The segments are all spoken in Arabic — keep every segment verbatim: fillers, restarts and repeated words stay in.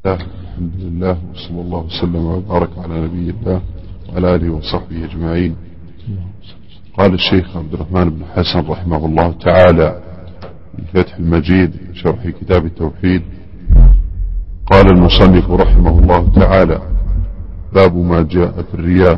الحمد لله وصلى الله وسلم وبارك على نبي الله وعلى آله وصحبه أجمعين. قال الشيخ عبد الرحمن بن حسن رحمه الله تعالى في فتح المجيد شرح كتاب التوحيد، قال المصنف رحمه الله تعالى: باب ما جاء في الرياء،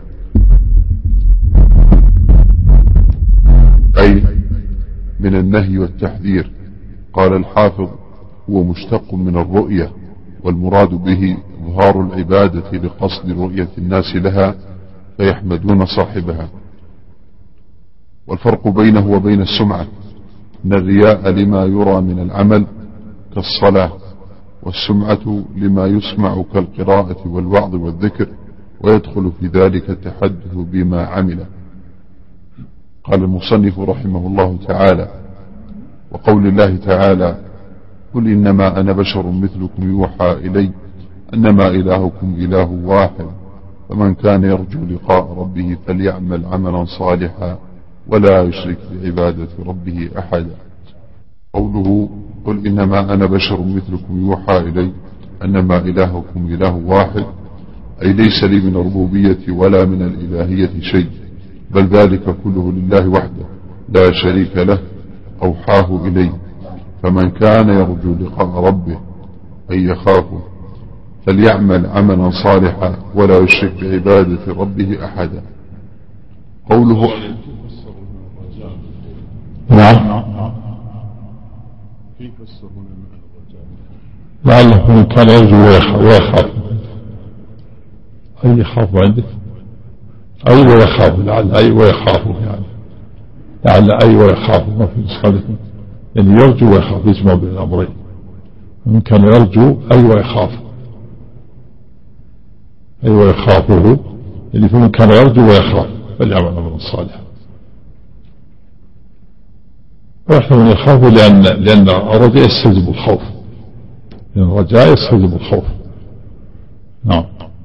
أي من النهي والتحذير. قال الحافظ: هو مشتق من الرؤية، والمراد به إظهار العبادة لقصد رؤية الناس لها فيحمدون صاحبها. والفرق بينه وبين السمعة أن الرياء لما يرى من العمل كالصلاة، والسمعة لما يسمع كالقراءة والوعظ والذكر، ويدخل في ذلك التحدث بما عمل. قال المصنف رحمه الله تعالى: وقول الله تعالى: قل إنما أنا بشر مثلكم يوحى إلي أنما إلهكم إله واحد فمن كان يرجو لقاء ربه فليعمل عملا صالحا ولا يشرك بعبادة ربه أحدا. قوله قل إنما أنا بشر مثلكم يوحى إلي أنما إلهكم إله واحد، أي ليس لي من الربوبية ولا من الإلهية شيء، بل ذلك كله لله وحده لا شريك له أوحاه إلي. فمن كان يرجو لقاء ربه أي يخافه فليعمل عملا صالحا ولا يشرك بعبادة ربه أحدا. قوله نعم لعله من كان يرجو ويخاف، أي يخاف عندك أي ويخاف، لعل أي ويخاف، يعني لعل أي ويخاف ما في نسختكم، يعني يرجو ويخاف يجمع بين الأمرين. من كان يرجو أي ويخاف أي ويخافه، يعني فمن كان يرجو ويخاف فليعمل عملا صالحا. ويحتمل يخاف لأن لأن الرجاء يستلزم الخوف، لأن الرجاء يستلزم الخوف. نعم،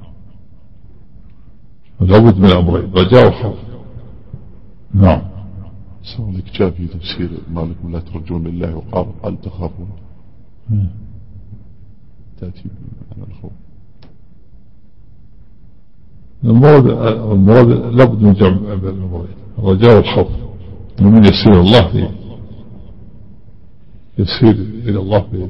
لابد من الأمرين، رجاء وخوف. نعم. سواء لك جاء في تفسير ما لكم لا ترجون لله وقال قال تخافون، تأتي على الخوف. المراد المراد لابد من جمع بين الأمرين، الرجاء والخوف. ومن يسير الله في يسير إلى الله في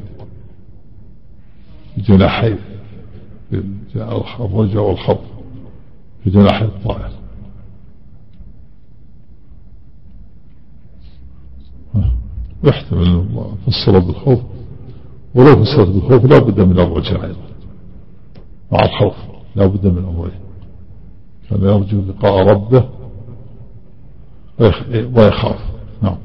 جناحين، الرجاء والخوف في جناحي الطائر. يحتمل الله فسر بالخوف، ولو فسر بالخوف لا بد من الرجاء أيضا مع الخوف، لا بد من أمرين: كان يرجو لقاء ربه ويخاف. نعم.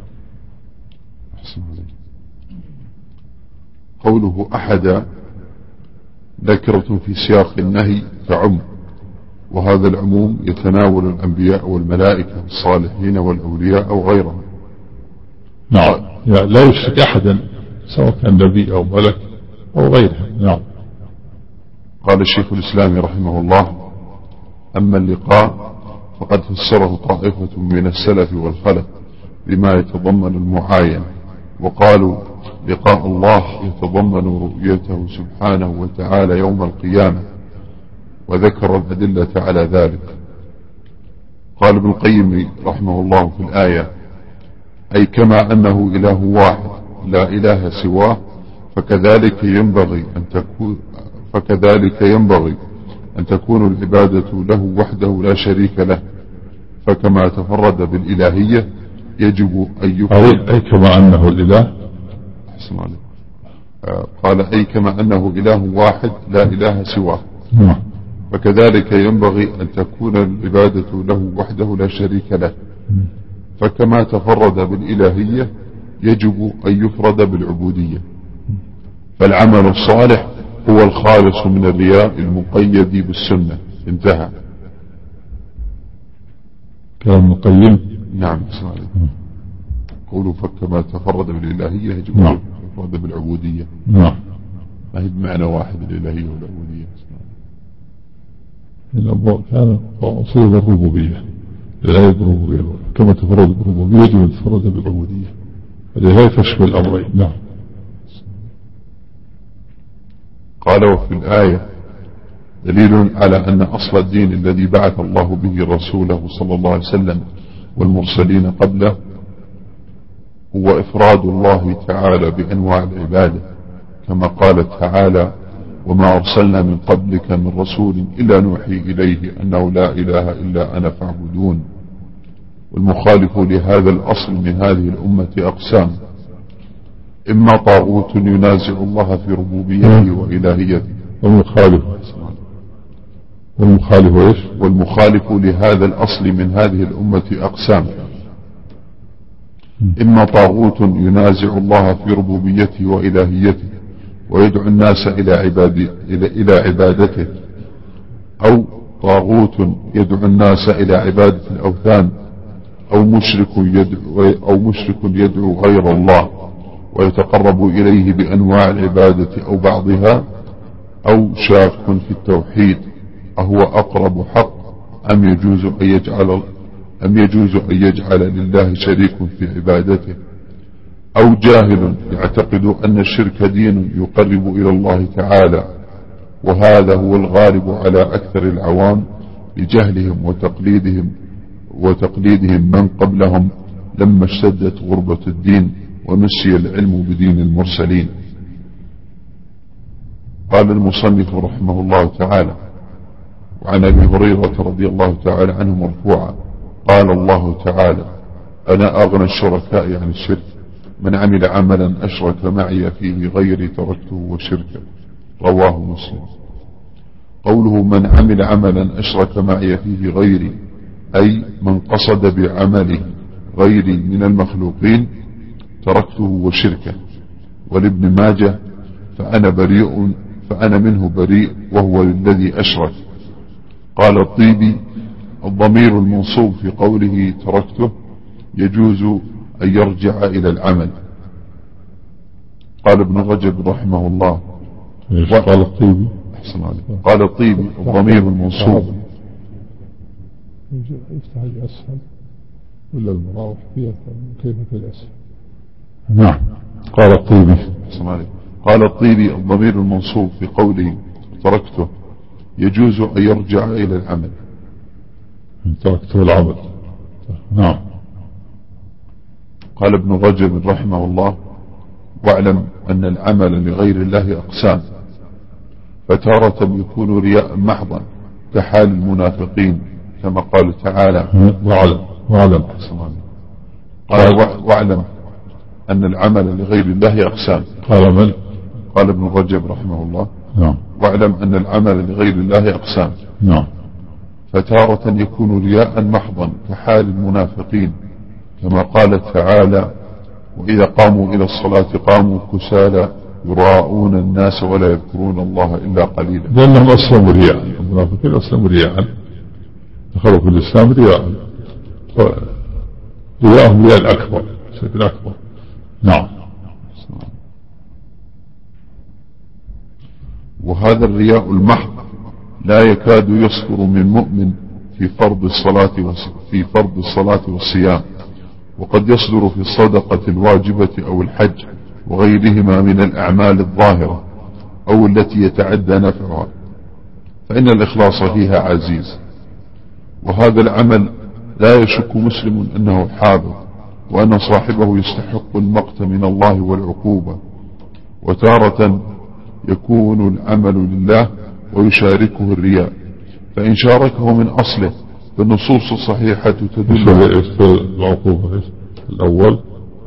قوله أحد ذكرة في سياق النهي تعم، وهذا العموم يتناول الأنبياء والملائكة والصالحين والأولياء أو غيرهم. نعم، يعني لا يشرك أحدا سواء كان نبي أو ملك أو غيره. نعم. قال الشيخ الإسلام رحمه الله: أما اللقاء فقد فسره طائفة من السلف والخلف بما يتضمن المعاين، وقالوا لقاء الله يتضمن رؤيته سبحانه وتعالى يوم القيامة، وذكر الأدلة على ذلك. قال ابن القيم رحمه الله في الآية: أي كما أنه إله واحد لا إله سواه فكذلك ينبغي أن تكون فكذلك ينبغي أن تكون العبادة له وحده لا شريك له، فكما تفرد بالإلهية يجب أن يكون. أي كما أنه الإله. أحسن عليك. قال: أي كما أنه إله واحد لا إله سواه فكذلك ينبغي أن تكون العبادة له وحده لا شريك له، فكما تفرد بالإلهية يجب أن يفرد بالعبودية. فالعمل الصالح هو الخالص من الرياء المقيد بالسنة. انتهى كلام القيم. نعم. قولوا فكما تفرد بالإلهية يجب أن يفرد بالعبودية. نعم. ما هي بمعنى واحد الإلهية والعبودية. كان أصول الربوبية الإلهية بالربوبية، كما تفرد بالربوبية يجب أن تفرد بالعبودية، الإلهية تشمل الأمرين. نعم. قال وفي الآية دليل على أن أصل الدين الذي بعث الله به رسوله صلى الله عليه وسلم والمرسلين قبله هو إفراد الله تعالى بأنواع العبادة، كما قال تعالى: وما أرسلنا من قبلك من رسول إلا نوحي إليه أنه لا إله إلا أنا فاعبدون. والمخالف لهذا الأصل من هذه الأمة أقسام: إما طاغوت ينازع الله في ربوبيته وإلهيته. والمخالف والمخالف إيش؟ والمخالف لهذا الأصل من هذه الأمة أقسام: إما طاغوت ينازع الله في ربوبيته وإلهيته ويدعو الناس إلى, عباد إلى عبادته، أو طاغوت يدعو الناس إلى عبادة الأوثان، أو مشرك يدعو, أو مشرك يدعو غير الله ويتقرب إليه بأنواع العبادة أو بعضها، أو شاك في التوحيد أهو أقرب حق أم يجوز أن يجعل أم يجوز أن يجعل لله شريك في عبادته، أو جاهل يعتقد أن الشرك دين يقرب إلى الله تعالى، وهذا هو الغالب على أكثر العوام لجهلهم وتقليدهم وتقليدهم من قبلهم لما اشتدت غربة الدين ونسي العلم بدين المرسلين. قال المصنف رحمه الله تعالى: وعن أبي هريرة رضي الله تعالى عنه مرفوعا قال الله تعالى: أنا أغنى الشركاء عن الشرك، من عمل عملا أشرك معي فيه غيري تركته وشركه. رواه مسلم. قوله من عمل عملا أشرك معي فيه غيري، أي من قصد بعمله غيري من المخلوقين تركته وشركه. ولابن ماجه: فأنا بريء فأنا منه بريء وهو الذي أشرك. قال الطيبي: الضمير المنصوب في قوله تركته يجوز أن يرجع إلى العمل. قال ابن رجب رحمه الله: قال الطيبي قال الطيبي: الضمير المنصوب. يفتح الأسفل ولا المراوح فيها كيف في الأسفل؟ نعم. قال الطيبي قال الطيبي: الضمير المنصوب في قوله تركته يجوز أن يرجع إلى العمل. تركته العمل. نعم. قال ابن رجب رحمه الله: واعلم أن العمل لغير الله أقسام، فتارة يكون رياء محضا كحال المنافقين كما قال تعالى: واعلم واعلم قال واعلم أن العمل لغير الله أقسام. قال من؟ قال ابن رجب رحمه الله: نعم. واعلم أن العمل لغير الله أقسام. نعم. فتارة يكون رياء محضا كحال المنافقين كما قال تعالى: وإذا قاموا إلى الصلاة قاموا كسالى يراءون الناس ولا يذكرون الله إلا قليلا. لأنهم أسلموا رياء، المنافقين أسلموا رياء، دخلوا في الإسلام رياء، رياءهم رياء الأكبر، الشرك الأكبر. نعم. وهذا الرياء المحض لا يكاد يصدر من مؤمن في فرض الصلاة في فرض الصلاة والصيام، وقد يصدر في الصدقة الواجبة أو الحج وغيرهما من الأعمال الظاهرة أو التي يتعدى نفعها، فإن الإخلاص فيها عزيز. وهذا العمل لا يشك مسلم أنه حابط، وأن صاحبه يستحق المقت من الله والعقوبة. وتارة يكون العمل لله ويشاركه الرياء، فإن شاركه من أصله فالنصوص الصحيحة تدل على العقوبة. الأول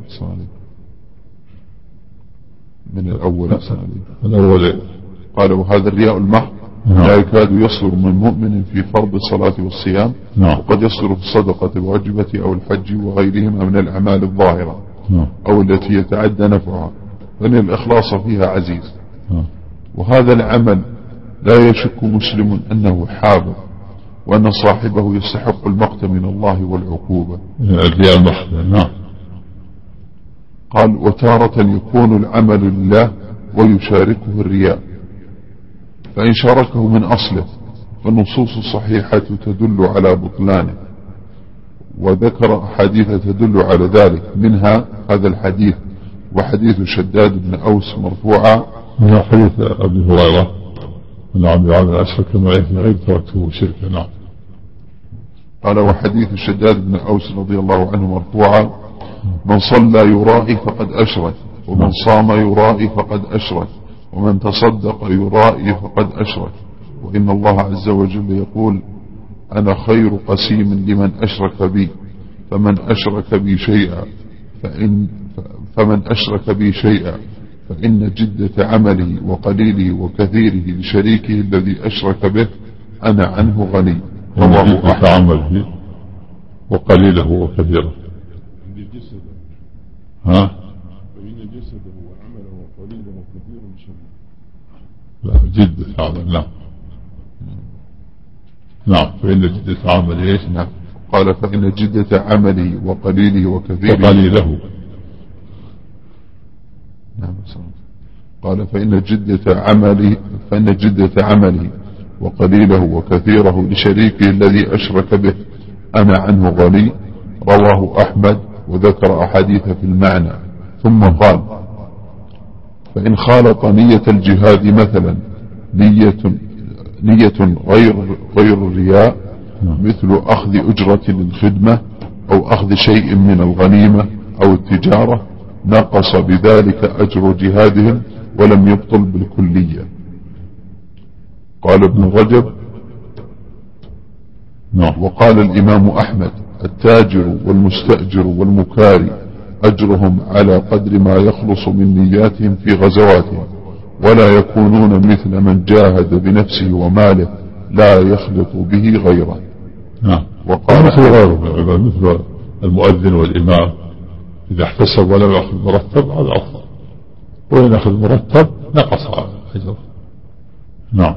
من الأول الأول قال: وهذا الرياء المحض لا يكاد يصدر من مؤمن في فرض الصلاة والصيام، وقد يصدر في الصدقة الواجبة أو الحج وغيرهما من الأعمال الظاهرة أو التي يتعدى نفعها، فإن الإخلاص فيها عزيز. وهذا العمل لا يشك مسلم أنه حابط، وأن صاحبه يستحق المقت من الله والعقوبة. الرياء المحض. نعم. قال: وتارة يكون العمل لله ويشاركه الرياء، فإن شاركه من أصله فالنصوص الصحيحة تدل على بطلانه، وذكر حديث تدل على ذلك، منها هذا الحديث وحديث شداد بن أوس مرفوعا من حديث أبي هريرة من عمل عمل أشرك معي في غير تركته شركا. نعم. قال وحديث الشداد بن أوس رضي الله عنه مرفوعا من صلى يرائي فقد أشرك ومن صام يرائي فقد أشرك ومن تصدق يرائي فقد أشرك وإن الله عز وجل يقول أنا خير قسيم لمن أشرك بي فمن أشرك بي شيئا فإن فمن أشرك بي شيئا فإن جدة عمله وقليله وكثيره لشريكه الذي أشرك به أنا عنه غني. رواه أحمد. عمله وقليله وكثيره. ها؟ فإن جسده وعمله وقليله وكثيره لشريكه. لا جدة عمل. نعم. نعم. فإن جدة عمله إيش؟ نعم. قال فإن جدة عمله وقليله وكثيره وقليله. نعم. قال فإن جدة عمله فإن جدة عمله وقليله وكثيره لشريكه الذي أشرك به أنا عنه غني. رواه أحمد وذكر أحاديث في المعنى ثم قال فإن خالط نية الجهاد مثلا نية نية غير غير الرياء مثل أخذ أجرة للخدمة أو أخذ شيء من الغنيمة أو التجارة نقص بذلك أجر جهادهم ولم يبطل بالكلية. قال ابن رجب وقال الإمام أحمد التاجر والمستأجر والمكاري أجرهم على قدر ما يخلص من نياتهم في غزواتهم ولا يكونون مثل من جاهد بنفسه وماله لا يخلط به غيره. نعم. وقال مثل غيره مثل المؤذن والإمام إذا احتسب ولم يأخذ مرتب هذا أفضل وإن أخذ مرتب نقص أجره. نعم.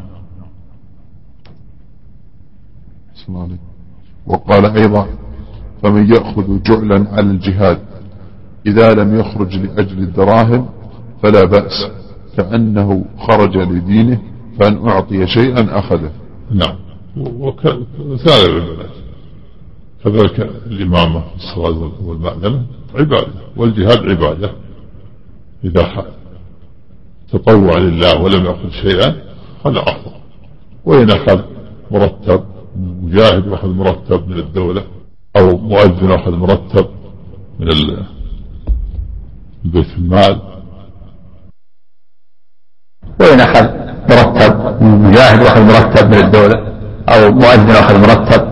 وقال أيضا فمن يأخذ جعلا على الجهاد إذا لم يخرج لأجل الدراهم فلا بأس كأنه خرج لدينه فأن أعطي شيئا أخذه. نعم. وكذلك العبادات كذلك الإمامة الصلاة والمأذنة عبادة والجهاد عبادة إذا تطوع لله ولم يأخذ شيئا هذا أفضل وإن أخذ مرتب مجاهد واخذ مرتب من الدولة أو مؤذن واخذ مرتب من بيت المال وإن أخذ مرتب مجاهد واخذ مرتب من الدولة أو مؤذن واخذ مرتب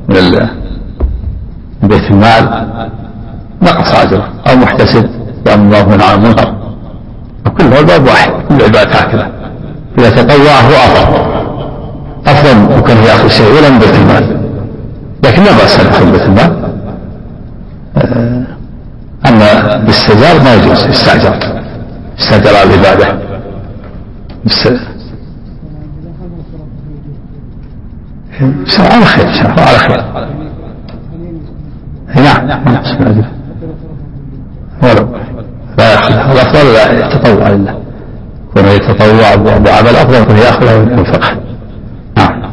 من بيت المال نقص أجره أو محتسب يأمر الله من عام منكر وكله الباب واحد كل عبادة هكذا إذا تطوع هو أفضل أفضل وكان يأخذ شيء ولا من بيت المال لكن لا بأس أن يأخذ بيت المال. أما بالاستئجار ما يجوز استأجر استأجر على العبادة على خير على خير. نعم ولو لا يأخذ الأفضل لا يتطوع لله ومن يتطوع بعمل أفضل فهو يأخذه وينفقه. نعم.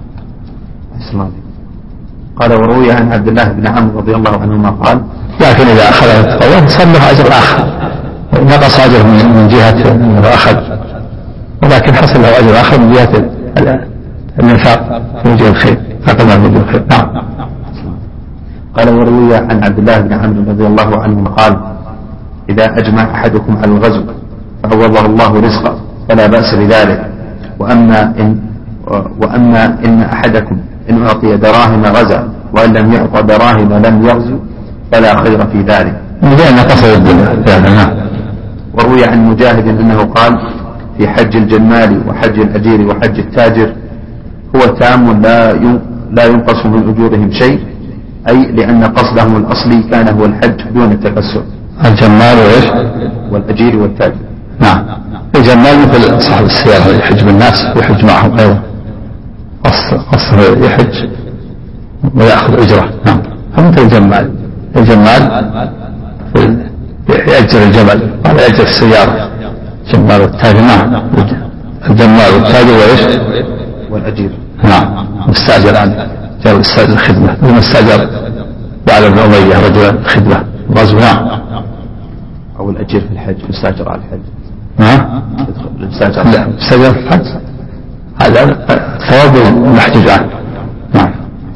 قال وروي عن عبد الله بن عمرو رضي الله عنهما قال لكن إذا أخذ التطوع صلى أجر آخر نقص أجر من جهة أنه أخذ ولكن حصل له أجر آخر من جهة الإنفاق في وجه الخير فقد من وجه الخير. نعم. قال وروي عن عبد الله بن عمرو رضي الله عنهما قال إذا أجمع أحدكم على الغزو فعوضه الله رزقا فلا بأس بذلك وأما إن وأما إن أحدكم إن أعطي دراهم غزا وإن لم يعطى دراهم لم يغزو فلا خير في ذلك لأن قصد الدنيا. وروي عن مجاهد أنه قال في حج الجمال وحج الأجير وحج التاجر هو تام لا لا ينقص من أجورهم شيء أي لأن قصدهم الأصلي كان هو الحج دون التكسر. الجمال وإيش والأجير والتاجر. نعم. الجمال مثل صاحب السيارة يحج بالناس ويحج معهم أيضا قصر يحج ويأخذ أجرة. نعم. فمثل الجمال الجمال يأجر الجمل ولا يأجر السيارة. الجمال والتاجر. نعم. الجمال والتاجر وإيش والأجير. نعم. مستأجر عنه جاء استاجر الخدمة ثم استاجر وعلى ابن أمية رجلا خدمة غزو. نعم. أو الأجير في الحج مستاجر على الحج. ها؟ لا استجاب الحج هذا ثواب المحجوج عنه. نعم.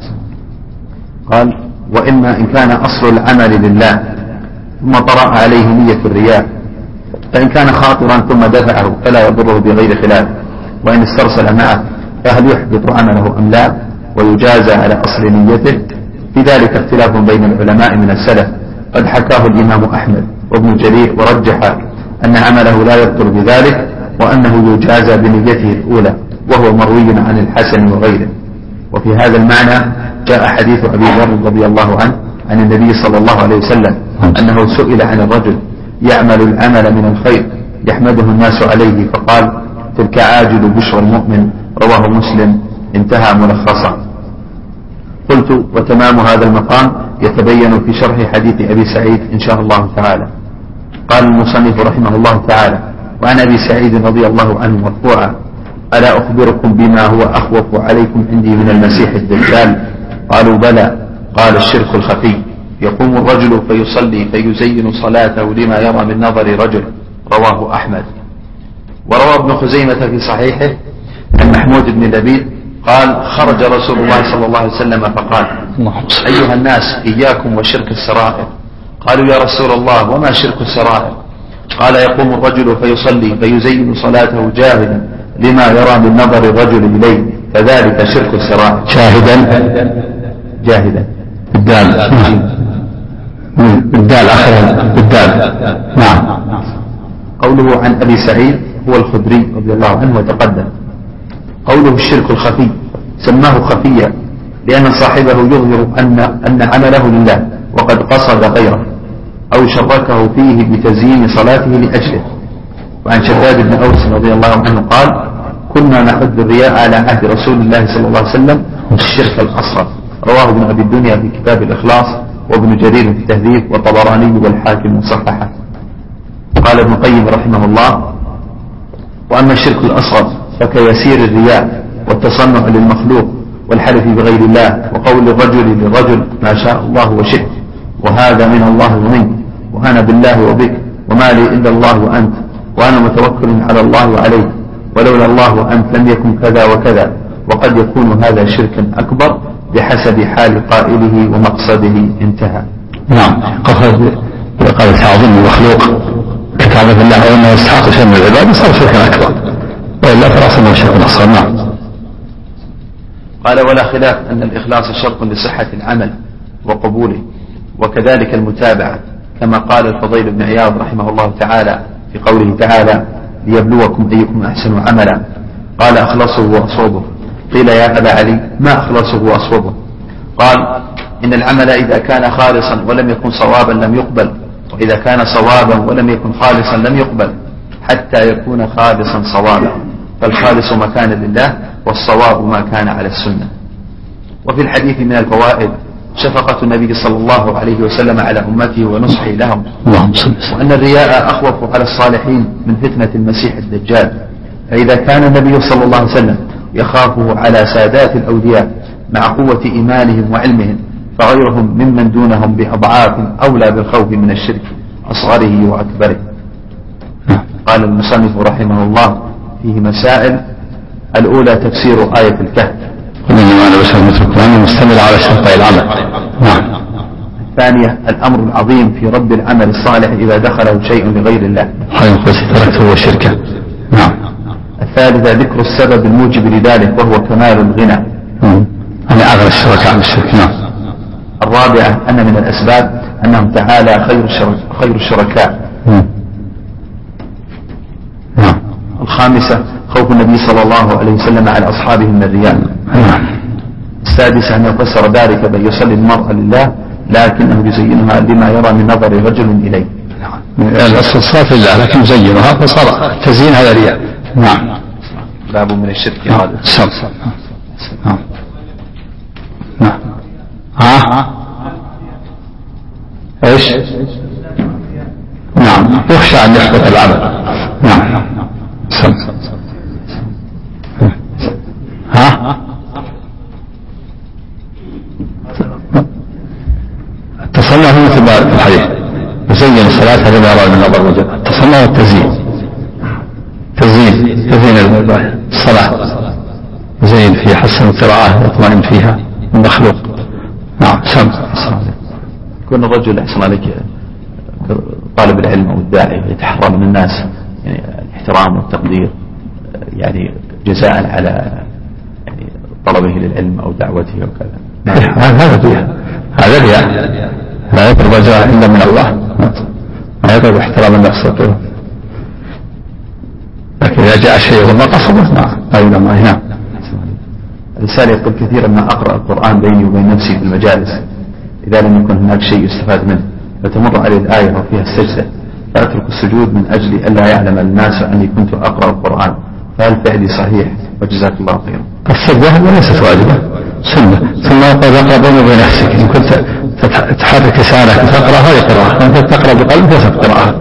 قال وإما إن كان أصل العمل لله ثم طرأ عليه نية الرياء، فإن كان خاطرا ثم دفعه فلا يضره بغير خلاف، وإن استرسل معه فهل يحبط عمله أم لا، ويجازى على أصل نيته. في ذلك اختلاف بين العلماء من السلف، قد حكاه الإمام أحمد وابن جرير ورجح أن عمله لا يبطل بذلك، وأنه يجازى بنيته الأولى، وهو مروي عن الحسن وغيره. وفي هذا المعنى جاء حديث أبي ذر رضي الله عنه عن النبي صلى الله عليه وسلم أنه سئل عن الرجل يعمل العمل من الخير يحمده الناس عليه فقال تلك عاجل بشرى المؤمن، رواه مسلم، انتهى ملخصا. قلت وتمام هذا المقام يتبين في شرح حديث أبي سعيد إن شاء الله تعالى. قال المصنف رحمه الله تعالى وعن أبي سعيد رضي الله عنه مرفوعا ألا أخبركم بما هو أخوف عليكم عندي من المسيح الدجال؟ قالوا بلى. قال الشرك الخفي، يقوم الرجل فيصلي فيزين صلاته لما يرى من نظر رجل، رواه أحمد. وروى ابن خزيمة في صحيحه عن محمود بن لبيد قال خرج رسول الله صلى الله عليه وسلم فقال أيها الناس إياكم وشرك السرائر. قالوا يا رسول الله وما شرك السرائر؟ قال يقوم الرجل فيصلي فيزين صلاته جاهدا لما يرى من نظر الرجل إليه، فذلك شرك السرائر. شاهدا جاهدا بالدال بالدال آخر بالدال. نعم. قوله عن أبي سعيد هو الخدري رضي الله عنه وتقدم. قوله الشرك الخفي سماه خفيا لأن صاحبه يظهر أن أن عمله لله وقد قصد غيره أو شركه فيه بتزيين صلاته لأجله. وعن شداد بن أوس رضي الله عنه قال كنا نعد الرياء على عهد رسول الله صلى الله عليه وسلم الشرك الأصغر، رواه ابن أبي الدنيا في كتاب الإخلاص، وابن جرير في التهذيب، والطبراني والحاكم وصححه. قال ابن القيم رحمه الله وأما الشرك الأصغر فكيسير الرياء والتصنع للمخلوق والحلف بغير الله وقول الرجل للرجل ما شاء الله وشئت، وهذا من الله ومنك، وأنا بالله وبك، وما لي إلا الله وأنت، وأنا متوكل على الله وعليك، ولولا الله وأنت لم يكن كذا وكذا. وقد يكون هذا شركا أكبر بحسب حال قائله ومقصده. انتهى. نعم. قال تعظيم المخلوق كتابة الله وأنه يستحق شيء من العباد صار شركا أكبر، وإلا فالأصل شرك أصغر. نعم. قال ولا خلاف أن الإخلاص شرط لصحة العمل وقبوله، وكذلك المتابعة، كما قال الفضيل بن عياض رحمه الله تعالى في قوله تعالى ليبلوكم أيكم أحسن عملا. قال أخلصه وأصوبه. قيل يا أبا علي ما أخلصه وأصوبه؟ قال إن العمل إذا كان خالصا ولم يكن صوابا لم يقبل، وإذا كان صوابا ولم يكن خالصا لم يقبل، حتى يكون خالصا صوابا، فالخالص ما كان لله والصواب ما كان على السنة. وفي الحديث من الفوائد شفقة النبي صلى الله عليه وسلم على أمته ونصحه لهم، وأن الرياء أخوف على الصالحين من فتنة المسيح الدجال. فإذا كان النبي صلى الله عليه وسلم يخافه على سادات الأولياء مع قوة إيمانهم وعلمهم، فغيرهم ممن دونهم بأضعاف أولى بالخوف من الشرك أصغره وأكبره. قال المصنف رحمه الله فيه مسائل. الأولى تفسير آية الكهف. مستمر على شرطي العمل. نعم. الثانية الأمر العظيم في رد العمل الصالح إذا دخله شيء لغير الله، تركته وشركه. نعم. الثالثة ذكر السبب الموجب لذلك وهو كمال الغنى، أنا أغنى الشركاء عن الشرك. نعم. الرابعة أن من الأسباب أنه تعالى خير الشرك خير الشركاء. نعم. الخامسة خوف النبي صلى الله عليه وسلم على أصحابه من الرياء. السادسة أن يفسر ذلك بأن يصلي المرء لله لكنه يزينها لما يرى من نظر رجل إليه. الأصل صافي لله لكن يزينها فصار تزيين هذا رياء. نعم. باب من الشرك هذا. نعم. نعم. ها ايش؟ نعم. يخشى أن يحبط العمل. نعم. سم. ها التصنع هو مثل الحديث يزين الصلاة لما يرى من نظر الرجل. التصنع والتزيين. يزين الصلاة، يزين فيها، حسن القراءة، يطمئن فيها المخلوق. نعم. سمع. كون الرجل أحسن عليك طالب العلم أو الداعي يتحرى من الناس يعني الاحترام والتقدير يعني جزاء على يعني طلبه للعلم أو دعوته وكذا. هذا فيها هذا رياء، لا يطلب جزاء إلا من الله، ما يطلب احترام النفس. لكن إذا جاء شيء وما قصده نعم أيضا ما هنا. الرسالة يقول كثيرا ما أقرأ القرآن بيني وبين نفسي في المجالس إذا لم يكن هناك شيء يستفاد منه، فتمر عليه الآية وفيها السجدة فأترك السجود من أجل ألا يعلم الناس أني كنت أقرأ القرآن، فهل فعلي صحيح؟ وجزاك الله خيرا. السجدة ليست واجبة، سنة. ثم قد أقرأ بيني وبين نفسك، إن كنت تحرك لسانك وتقرأ هذه قراءة، وإن كنت تقرأ بقلبك ليست قراءة.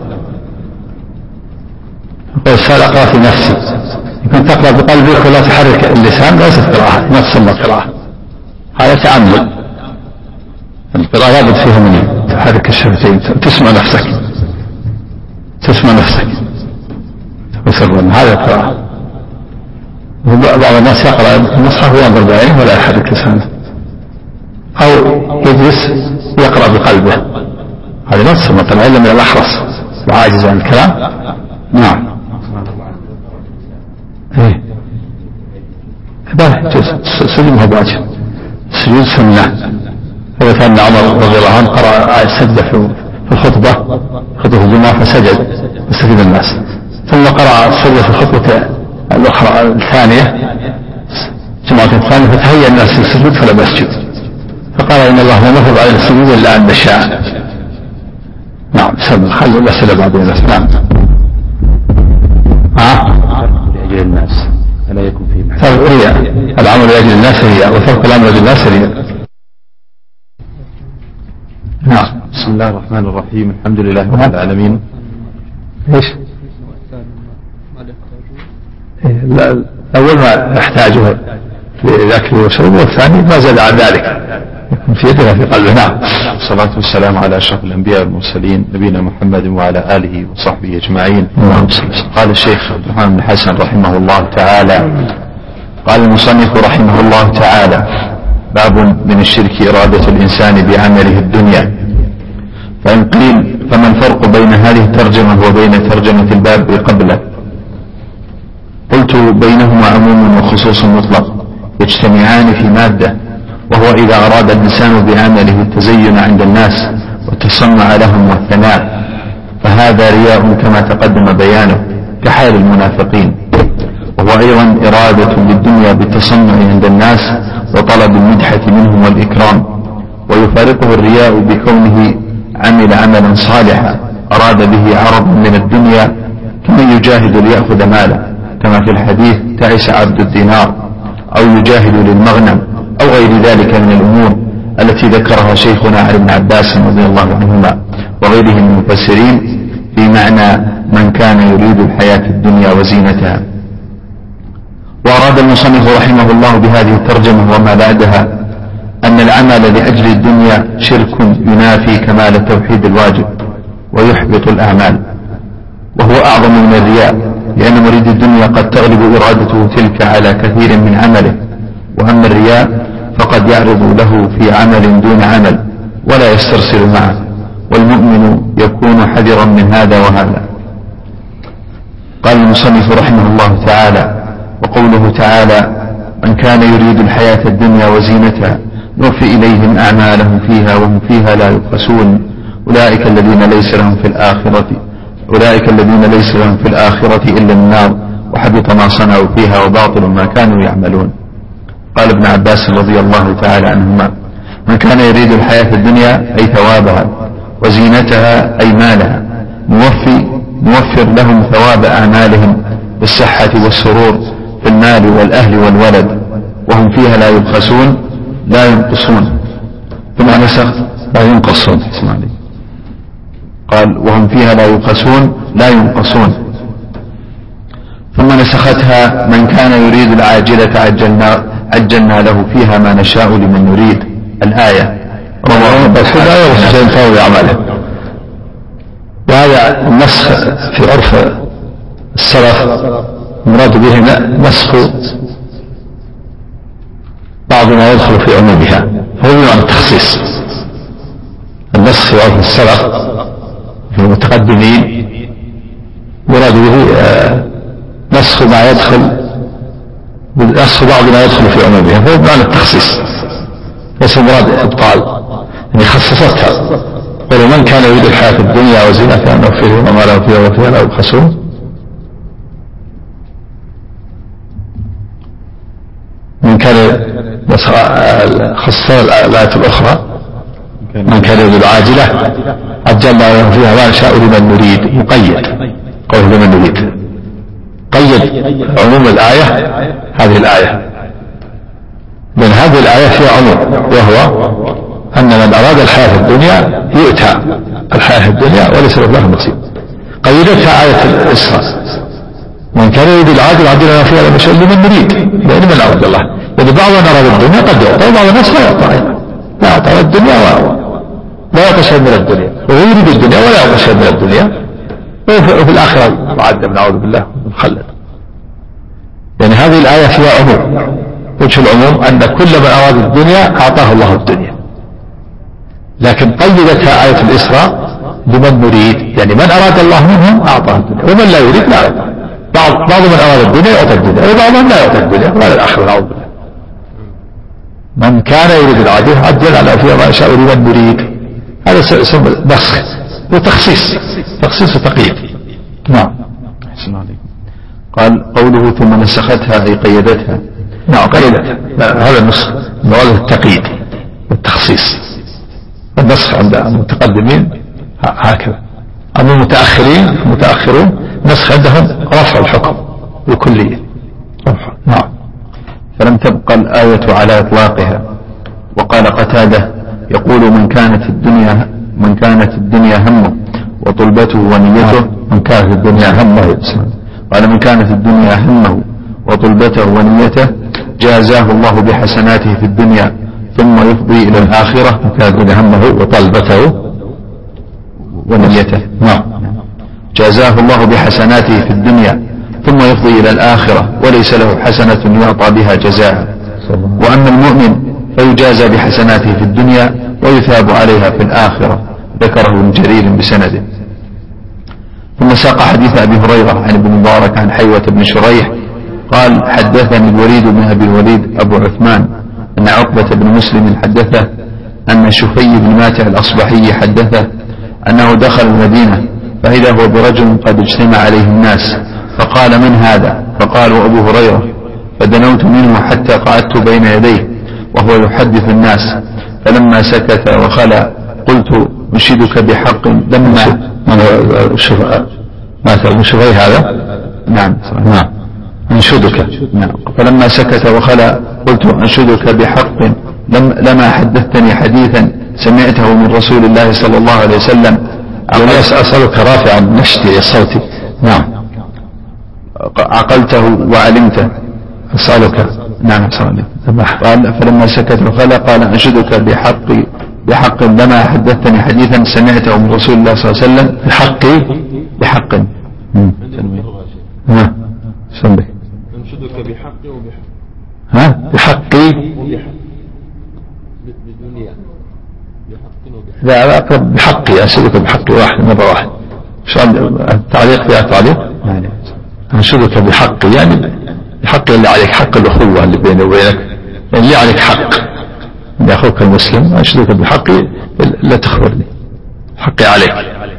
والسؤال أقرأ في نفسي، إن كنت تقرأ بقلبك ولا تحرك اللسان ليست قراءة، ما تسمى قراءة، هذا تعمد. القراءة لابد فيها من تحرك الشفتين، تسمع نفسك تسمع نفسك وسرا، هذا قراءة. بعض الناس يقرأ المصحف وينظر بعينه ولا يحرك لسانه، أو يجلس يقرأ بقلبه، هذا لا تسمى قراءة إلا من الأحرص وعاجز عن الكلام. نعم. ايه سجود ما هو واجب، سجود سنة. إذا كان عمر رضي الله عنه قرأ آية سجدة في الخطبة، خطبة الجمعة فسجد فسجد الناس، ثم قرأ السجدة في الخطبة الأخرى الثانية جمعة الثانية فتهيأ الناس للسجود فلم يسجد، فقال إن الله لم يفرض علينا السجود إلا أن نشاء. نعم. سمع. خلوا الأسئلة بعد الناس. نعم. ها؟ لأجل الناس ألا يكون فيه محل. هي العمل لأجل الناس هي، وترك العمل لأجل الناس هي. نعم. بسم الله الرحمن الرحيم، الحمد لله رب العالمين. ايش؟ لا، الأول ما يحتاجه للأكل والشرب، والثاني ما زاد عن ذلك يكون في يده في قلبه. نعم. والصلاة والسلام على أشرف الأنبياء والمرسلين نبينا محمد وعلى آله وصحبه أجمعين. نعم. قال الشيخ عبد الرحمن بن حسن رحمه الله تعالى، قال المصنف رحمه الله تعالى: باب من الشرك إرادة الإنسان بعمله الدنيا. فإن قيل فما الفرق بين هذه الترجمة وبين ترجمة الباب قبله؟ قلت بينهما عموم وخصوص مطلق يجتمعان في مادة، وهو إذا أراد الإنسان بعمله التزين عند الناس والتصنع لهم والثناء فهذا رياء كما تقدم بيانه كحال المنافقين، وهو أيضا إرادة للدنيا بالتصنع عند الناس وطلب المدحة منهم والإكرام. ويفارقه الرياء بكونه عمل عملا صالحا أراد به عرضا من الدنيا كمن يجاهد ليأخذ ماله، كما في الحديث: تعس عبد الدينار، أو يجاهد للمغنم، أو غير ذلك من الأمور التي ذكرها شيخنا علي بن عباس رضي الله عنهما وغيره من المفسرين في معنى من كان يريد الحياة الدنيا وزينتها. وأراد المصنف رحمه الله بهذه الترجمة وما بعدها أن العمل لأجل الدنيا شرك ينافي كمال التوحيد الواجب ويحبط الأعمال، وهو أعظم من الرياء، لأن مريد الدنيا قد تغلب إرادته تلك على كثير من عمله، وأما الرياء فقد يعرض له في عمل دون عمل ولا يسترسل معه، والمؤمن يكون حذرا من هذا وهذا. قال المصنف رحمه الله تعالى: وقوله تعالى: من كان يريد الحياة الدنيا وزينتها نوفي إليهم أعمالهم فيها وهم فيها لا يبخسون أولئك الذين ليس لهم في الآخرة أولئك الذين ليس لهم في الآخرة إلا النار وحبط ما صنعوا فيها وباطل ما كانوا يعملون. قال ابن عباس رضي الله تعالى عنهما: من كان يريد الحياة الدنيا أي ثوابها وزينتها أي مالها موفي موفر لهم ثواب أعمالهم بالصحة والسرور في المال والأهل والولد وهم فيها لا يبخسون لا ينقصون. ثم نسخ لا ينقصون قال وهم فيها لا يبخسون لا ينقصون. ثم نسختها: من كان يريد العاجلة عجلنا, عجلنا له فيها ما نشاء لمن نريد. الآية. رواه بس لا يغسل فوض عمله. وهذا النسخ في عرف السلف المراد به نسخ بعض ما يدخل في عمومها، هو بمعنى التخصيص. النسخ في عرف السلف في المتقدمين مراد به نسخ ما يدخل نسخ بعض ما يدخل في عمومها، هو بمعنى التخصيص، ليس المراد ابطال، يعني خصصتها. قل من كان يريد الحياة الدنيا وزينتها نوفيه وما له فيها وفيها لا يبخسون. من كان خصصنا الآية الأخرى من كان يريد العاجلة عجلنا له فيها ما نشاء لمن نريد، مقيد قول لمن نريد، قيد عموم الآية هذه الآية، من هذه الآية فيها عموم، وهو أن من أراد الحياة الدنيا يؤتى الحياة الدنيا وليس له نصيب. قيدتها آية الإسراء من كان يريد العاجل عجلنا فيها ما شاء لمن نريد، لأن من أراد الله، يعني بعض من أراد الدنيا قد يعطى وبعض الناس لا يعطى، لا يعطى الدنيا ولا يعطى شيء من الدنيا، وهو يريد الدنيا ولا يعطى شيء من الدنيا، وفي الآخرة معذب نعوذ بالله مخلد. يعني هذه الآية فيها عموم. وجه العموم أن كل من أراد الدنيا أعطاه الله الدنيا، لكن قيدتها آية الإسراء بمن نريد، يعني من أراد الله منهم أعطاه الدنيا ومن لا يريد لا يعطى. بعض بعض من أراد الدنيا يعطى الدنيا وبعضهم لا يعطى الدنيا ولا الآخرة نعوذ بالله. من كان يريد العاجل عجل على فيها ما يشاء لمن نريد، هذا اسم نسخ وتخصيص، تخصيص وتقييد. نعم. أحسن عليكم. قال قوله ثم نسختها أي قيدتها. نعم قيدتها، هذا النسخ مراد التقييد والتخصيص. النسخ عند المتقدمين هكذا، أما المتأخرين المتأخرون نسخ عندهم رفع الحكم بالكلية. نعم. فلم تبقى الآية على إطلاقها. وقال قتادة يقول من كانت الدنيا من كانت الدنيا همه وطلبته ونيته. من كانت الدنيا همه، قال من كانت الدنيا همه وطلبته ونيته جازاه الله بحسناته في الدنيا ثم يفضي إلى الآخرة. من كانت الدنيا همه وطلبته ونيته نعم جازاه الله بحسناته في الدنيا ثم يفضي إلى الآخرة وليس له حسنة يعطى بها جزاء. وأما المؤمن فيجازى بحسناته في الدنيا ويثاب عليها في الآخرة. ذكره ابن جرير بسنده. ثم ساق حديث أبي هريرة عن ابن مبارك عن حيوة بن شريح قال حدثني الوليد بن أبي الوليد أبو عثمان أن عقبة بن مسلم حدثه أن شفي بن ماتع الأصبحي حدثه أنه دخل المدينة فإذا هو برجل قد اجتمع عليه الناس فقال من هذا؟ فقالوا أبو هريرة، فدنوت منه حتى قعدت بين يديه وهو يحدث الناس، فلما سكت وخلى قلت أنشدك بحق لما مات ابن شفي هذا. نعم نعم أنشدك. نعم. فلما سكت وخلى قلت أنشدك بحق لما حدثتني حديثا سمعته من رسول الله صلى الله عليه وسلم. أسألك رافعا نشتي صوتي. نعم. عقلته وعلمته. أسألك. نعم. قال فلما سكت وخلى قال أنشدك بحق بحق لما حدثتني حديثا سمعته من رسول الله صلى الله عليه وسلم. بحقي بحق ها سمي أنشدك بحقي وبحق ها بحقي بدنيا بحق وبحق لا لا بحقي أنشدك بحقي واحد مرة واحد. شو التعليق فيها تعليق؟ أنشدك بحقي يعني بحقي اللي عليك، حق الأخوة اللي بيني وبينك، اللي عليك حق من أخوك المسلم. أنشدك بحقي لا تخبرني، حقي عليك.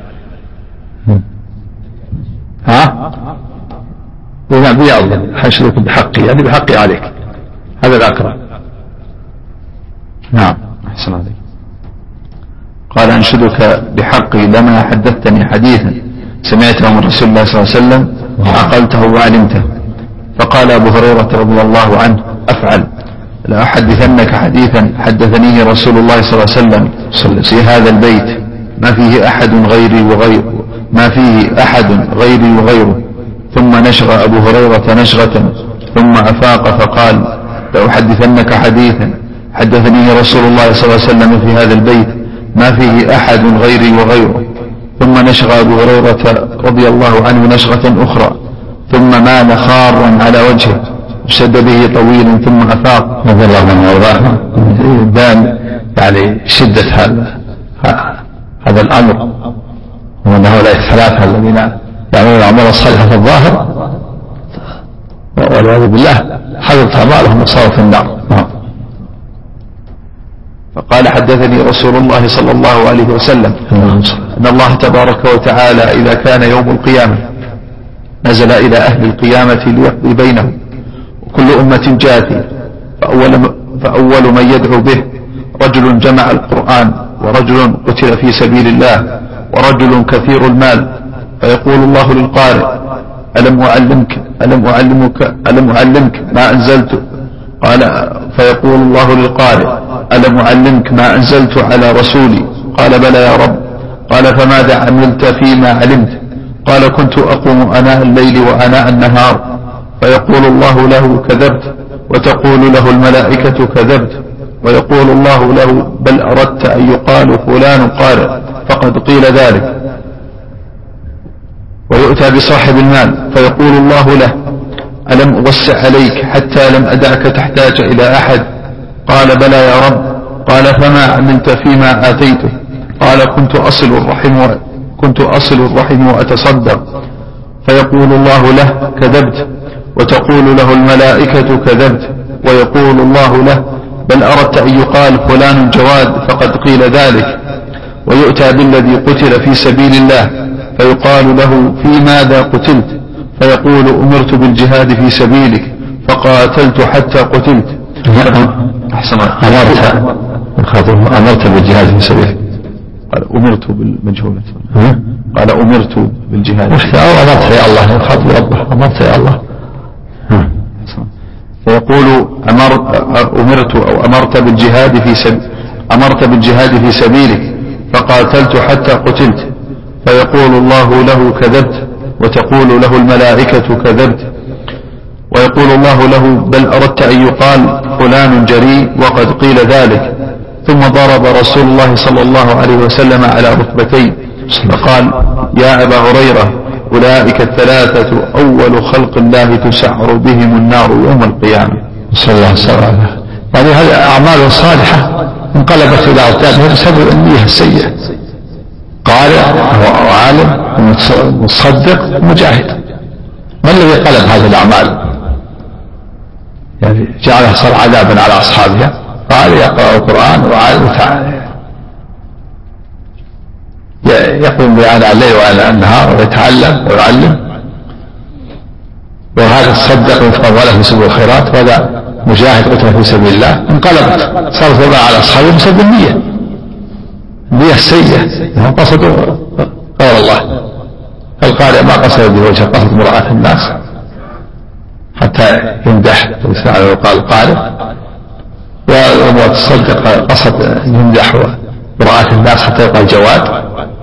ها نعم يا الله أنشدك بحقي يعني بحقي عليك، هذا الأقرب. نعم. أحسن عليك. قال أنشدك بحقي لما حدثتني حديثا سمعته من رسول الله صلى الله عليه وسلم عقلته وعلمته. فقال أبو هريرة رضي الله عنه أفعل، لا أحدثنك حديثا حدثنيه رسول الله صلى الله عليه وسلم في هذا البيت ما فيه أحد غيري وغير ما فيه أحد غيري وغيره. ثم نشغ أبو هريرة نشغة ثم أفاق فقال لأحدثنك حديثا حدثنيه رسول الله صلى الله عليه وسلم في هذا البيت ما فيه أحد غيري وغيره. ثم نشغ أبو هريرة رضي الله عنه نشغة أخرى ثم مال خارا على وجهه اشتد به طويل ثم أفاق رضي الله عنه وارضاه. بان يعني شدة هذا هذا الأمر، وأن هؤلاء الثلاثة الذين يعملون الأعمال الصالحة في الظاهر والعياذ بالله حدث أعمالهم وصاروا في النار. فقال حدثني رسول الله صلى الله عليه وسلم أن الله تبارك وتعالى إذا كان يوم القيامة نزل إلى أهل القيامة ليقضي بينهم وكل أمة جاثية، فأول, فأول من يدعو به رجل جمع القرآن ورجل قتل في سبيل الله ورجل كثير المال، فيقول الله للقارئ ألم أعلمك ألم أعلمك ألم أعلمك ما أنزلت، قال فيقول الله للقارئ ألم أعلمك ما أنزلت على رسولي، قال بلى يا رب، قال فماذا عملت فيما علمت، قال كنت أقوم أناء الليل وأناء النهار، فيقول الله له كذبت، وتقول له الملائكة كذبت، ويقول الله له بل أردت أن يقال فلان قارئ فقد قيل ذلك. ويؤتى بصاحب المال فيقول الله له ألم أوسع عليك حتى لم أدعك تحتاج إلى أحد، قال بلى يا رب، قال فما عملت فيما آتيته، قال كنت أصل الرحم كنت أصل الرحم وأتصدق، فيقول الله له كذبت، وتقول له الملائكة كذبت، ويقول الله له بل أردت أن يقال فلان جواد فقد قيل ذلك. ويؤتى بالذي قتل في سبيل الله فيقال له في ماذا قتلت، فيقول أمرت بالجهاد في سبيلك فقاتلت حتى قتلت. أحسن أمرت أمرت بالجهاد في سبيلك، قال أمرت بالمجهولة، قال أمرت بالجهاد أو أمرت يا الله يخاطب ربه أمرت يا الله. فيقول أمر أمرت أو أمرت بالجهاد في سبيل أمرت بالجهاد في سبيلك فقاتلت حتى قتلت، فيقول الله له كذبت، وتقول له الملائكة كذبت، ويقول الله له بل أردت أن يقال فلان جريء وقد قيل ذلك. ثم ضرب رسول الله صلى الله عليه وسلم على ركبتيه فقال يا أبا هريرة أولئك الثلاثة أول خلق الله تسعر بهم النار يوم القيامة. صلى الله عليه وسلم. يعني هذه أعمال صالحة انقلبت إلى أرتابها بسبب النية السيئة. قارئ وعالم ومصدق ومجاهد، ما الذي قلب هذه الأعمال؟ يعني جعلها صار عذابا على أصحابها. قال يقرأ القرآن وعالم يقوم بآناء الليل وآناء النهار ويتعلم ويعلم، وهذا الصدق ويتقوله في سبيل الخيرات، وهذا مجاهد قتل في سبيل الله. انقلبت صارت وباء على أصحابه بسبب النية النية السيئة، هم قصدوا غير الله. القارئ ما قصد بوجه، قصد مراعاة الناس حتى يمدح ويثنى ويقال قارئ، والمتصدق قصد يمدح مراعاة الناس حتى يقال جواد،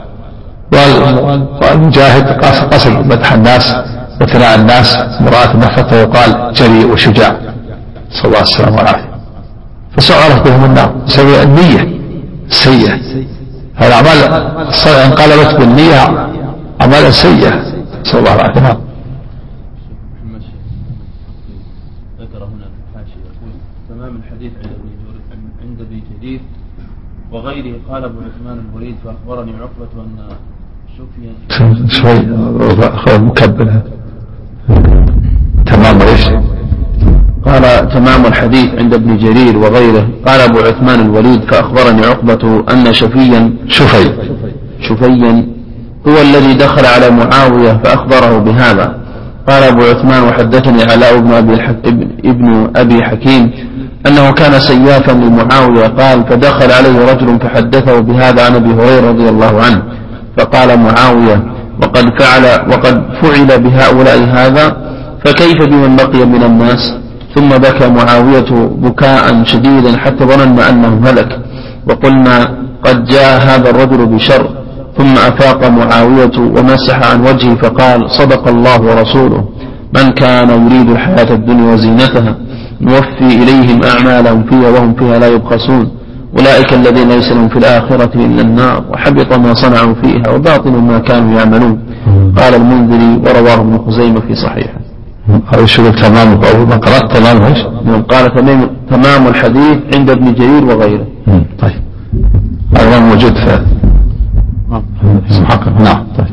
والمجاهد قصد مدح الناس وثناء الناس مراعاة الناس حتى يقال جريء وشجاع، صلى الله عليه وسلم والعافية. فسعرت بهم النار بسبب النية السيئة. الأعمال انقلبت بالنية أعمال سيئة، صلى الله عليه وسلم. ذكر هنا في الحاشية يقول تمام الحديث عند ابن جرير وغيره قال ابو عثمان الوليد فأخبرني عقبة أن شفيا شوي مكبل تمام ايش؟ قال تمام الحديث عند ابن جرير وغيره قال ابو عثمان الوليد فأخبرني عقبة أن شفيا شفي شفيا هو الذي دخل على معاوية فأخبره بهذا. قال ابو عثمان وحدثني علاء بن أبي, الحك... ابن أبي حكيم أنه كان سيافا لمعاوية، قال فدخل عليه رجل فحدثه بهذا عن أبي هريرة رضي الله عنه، فقال معاوية وقد فعل وقد فعل بهؤلاء هذا فكيف بمن بقي من الناس؟ ثم بكى معاوية بكاء شديدا حتى ظننا أنه هلك، وقلنا قد جاء هذا الرجل بشر. ثم أفاق معاوية ومسح عن وجهه فقال صدق الله ورسوله من كان يريد الحياة الدنيا وزينتها نوفي إليهم أعمالهم فيها وهم فيها لا يبخسون أولئك الذين ليس لهم في الآخرة إلا النار وحبط ما صنعوا فيها وباطل ما كانوا يعملون. قال المنذري ورواه ابن خزيمة في صحيحه. هذا شغل تمام أو قرأت تمام ايش؟ قال تمام الحديث عند ابن جرير وغيره. طيب هذا موجود في محقق. نعم. طيب.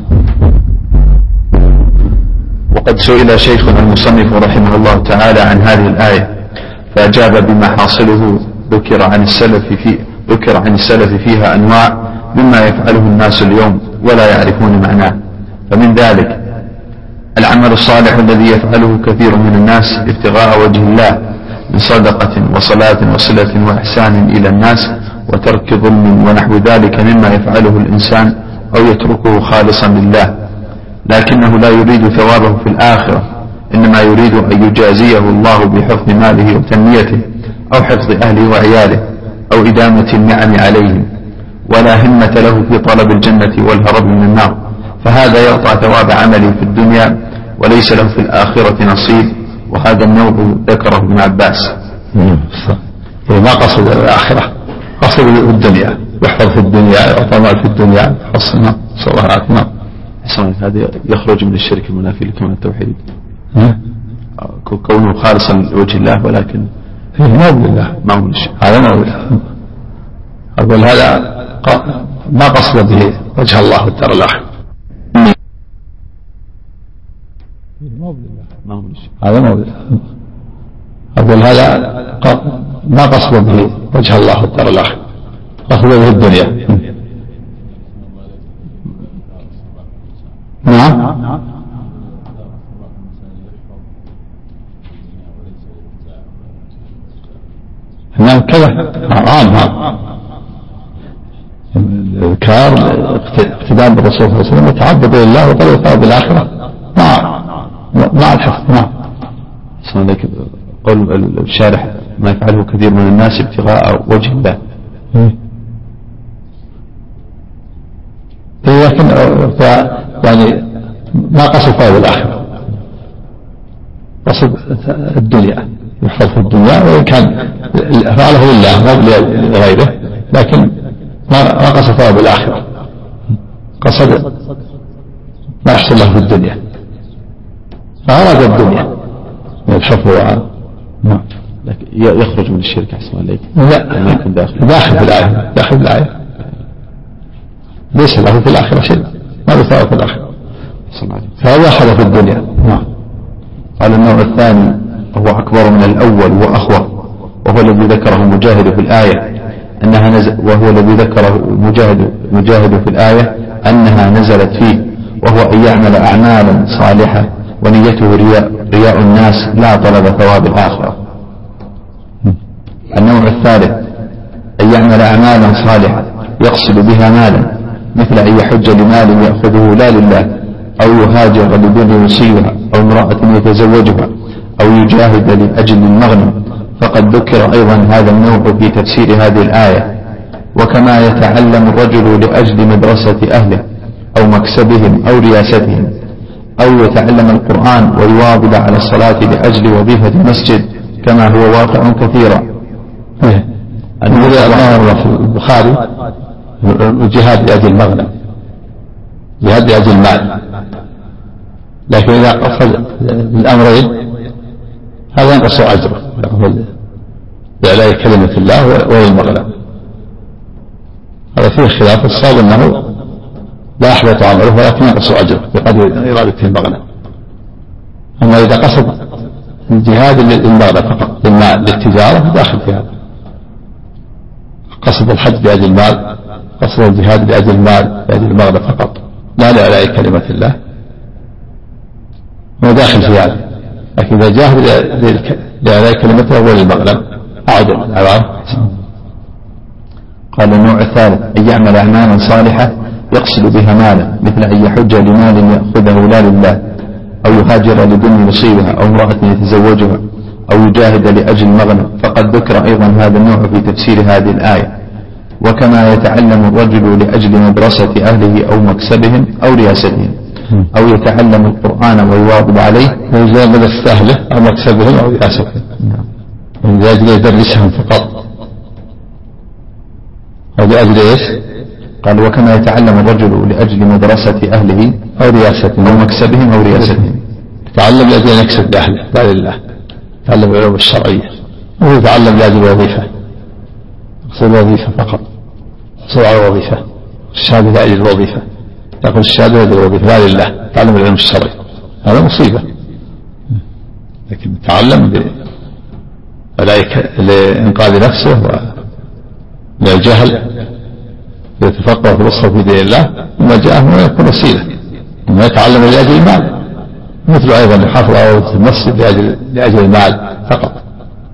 وقد سئل شيخنا المصنف رحمه الله تعالى عن هذه الآية فأجاب بما حاصله ذكر عن السلف في ذكر عن السلف فيها أنواع مما يفعله الناس اليوم ولا يعرفون معناه. فمن ذلك العمل الصالح الذي يفعله كثير من الناس ابتغاء وجه الله من صدقة وصلاة وصلة وإحسان إلى الناس وترك ظلم ونحو ذلك مما يفعله الإنسان أو يتركه خالصا لله، لكنه لا يريد ثوابه في الآخرة، إنما يريد أن يجازيه الله بحفظ ماله وتنميته أو حفظ أهله وعياله أو إدامة النعم عليهم، ولا همة له في طلب الجنة والهرب من النار، فهذا يقطع ثواب عمله في الدنيا وليس له في الآخرة نصيب. وهذا النوع ذكره ابن عباس. ما قصد الآخرة، قصد الدنيا، يحفظ في الدنيا وطمع في الدنيا حصنا صلاحات. نعم. هذا يخرج من الشرك المنافي لكمال التوحيد، كونه خالصا لوجه الله ولكن ما هو لله، ما هو للشرك. هذا ما هو لله. أقول هذا ما قصد به وجه الله والدار الآخرة، ما هو للشرك. هذا ما هو لله. أقول هذا ما قصد به وجه الله والدار الآخرة، قصد به الدنيا. نعم. نعم كذا عام عام الذكار اقتداء بالرسول صلى الله عليه وسلم وتعبد لله وطلب الثواب بالآخرة مع مع الحفظ. نعم. قول الشارح ما يفعله كثير من الناس ابتغاء وجه الله. لكن يعني ما قصد ثواب الآخرة، قصد الدنيا، يحفظ في الدنيا، وإن كان فعله لله مو لغيره، لكن ما قصد ثواب الآخرة، قصد ما يحصل له في الدنيا، فأراد الدنيا من الحفظ. نعم. لكن يخرج من الشرك أحسن عليك. لا، داخل داخل في الآية، داخل في الآية، ليس له في الآخرة شيء، ما له ثواب في الآخرة، فهو أخذ في الدنيا. نعم. قال النوع الثاني هو أكبر من الأول وأخوة، وهو الذي ذكره مجاهد في الآية أنها نزل وهو الذي ذكره مجاهد مجاهد في الآية أنها نزلت فيه، وهو أن يعمل أعمالا صالحة ونيته رياء, رياء الناس لا طلب ثواب الآخرة. النوع الثالث أن يعمل أعمالا صالحة يقصد بها مالا، مثل أن يحج لمال يأخذه لا لله، أو يهاجر لبر يصيبها، أو امرأة يتزوجها، أو يجاهد لأجل المغنم، فقد ذكر أيضا هذا النوع في تفسير هذه الآية. وكما يتعلم الرجل لأجل مدرسة أهله أو مكسبهم أو رياستهم، أو يتعلم القرآن ويواظب على الصلاة لأجل وظيفة المسجد كما هو واقع كثيرا. الذي أظهر في البخاري الجهاد لأجل المغنم، جهاد لأجل المال، لكن إذا قصد الأمرين هذا ينقص أجره بإعلاء كلمة الله والمغنم. هذا فيه خلاف، الصواب أنه لا يحبط عمله ولكن ينقص أجره بقدر إرادته المغنم. أما إذا قصد الجهاد للمغنم فقط، للمال للتجارة، داخل في هذا. قصد الحج لأجل المال، قصد الجهاد لأجل المال لأجل المغنم فقط، لا لإعلاء كلمة الله، هو داخل في هذا. لكن إذا جاهد لإعلاء كلمته هو للمغنم أعد العوام. قال النوع الثالث أن يعمل أعمالا صالحة يقصد بها مالا، مثل أن يحج لمال يأخذه لا لله، أو يهاجر لدنيا يصيبها، أو امرأة يتزوجها، أو يجاهد لأجل المغنم، فقد ذكر أيضا هذا النوع في تفسير هذه الآية. وكما يتعلم الرجل لأجل مدرسة أهله أو مكسبهم أو رياستهم، أو يتعلم القرآن ويواظب عليه لأجل مدرسة أهله أو مكسبهم أو رياستهم، لأجل يدرسهم فقط، أو لأجل إيش؟ قال وكما يتعلم الرجل لأجل مدرسة أهله أو رياستهم أو مكسبهم أو رياستهم. يتعلم لأجل أن يكسب بأهله لا لله، يتعلم العلوم الشرعية، ويتعلم لأجل الوظيفة، يقصد الوظيفة فقط، يقصد على الوظيفة، الشهادة لأجل الوظيفة، يقول الشهادة لأجل الوظيفة لا لله، يتعلم العلم الشرعي، هذا مصيبة. لكن يتعلم لإنقاذ نفسه وللجهل يتفقه في الأصل في دين الله، وما جاءه يكون وسيلة، وما يتعلم لأجل المال، مثل أيضا يحافظ على المسجد لأجل, لأجل المال فقط،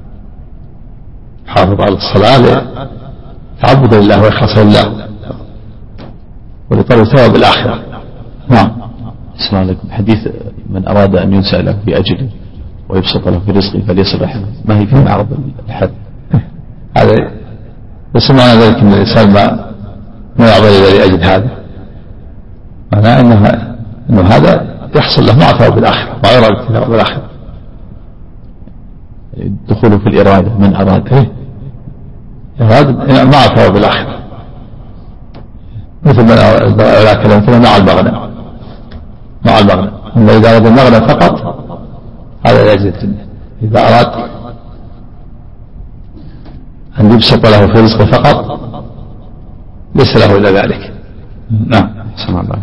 يحافظ على الصلاة تعبد لله وإخلاص لله ولطلب ثواب الآخرة. نعم. السلام عليكم. حديث من أراد أن ينسأ له في أجله ويبسط له في رزقه فليصل رحمه، ما هي في معرض الحد؟ هذا بس معنى ذلك أن الإنسان ما ما يعمل إلا لأجل هذا، معناه أنه أنه هذا يحصل له مع ثواب الآخرة، مع إرادة ثواب الآخرة. دخوله في الإرادة من أراد إيه؟ إرادة مع ثواب الآخرة، مثل ما لا كلام مثل مع المغنى، مع المغنى. أما إذا أراد المغنى فقط هذا لا يجوز الدنيا. إذا أراد أن يبسط له في رزقه فقط ليس له إلا ذلك. نعم. سمع الله.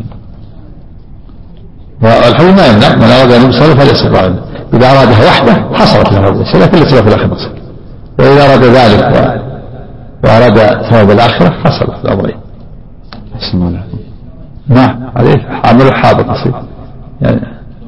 والحول ما يمنع، من أراد أن يبسط له فليصل عنه، إذا أرادها وحده حصلت له هذا الشيء لكن ليس له في الآخرة، وإذا أراد ذلك و... وأراد ثواب الآخرة حصل في الأمرين. سمع الله. نعم. عليه عمل حاضر يصير يعني.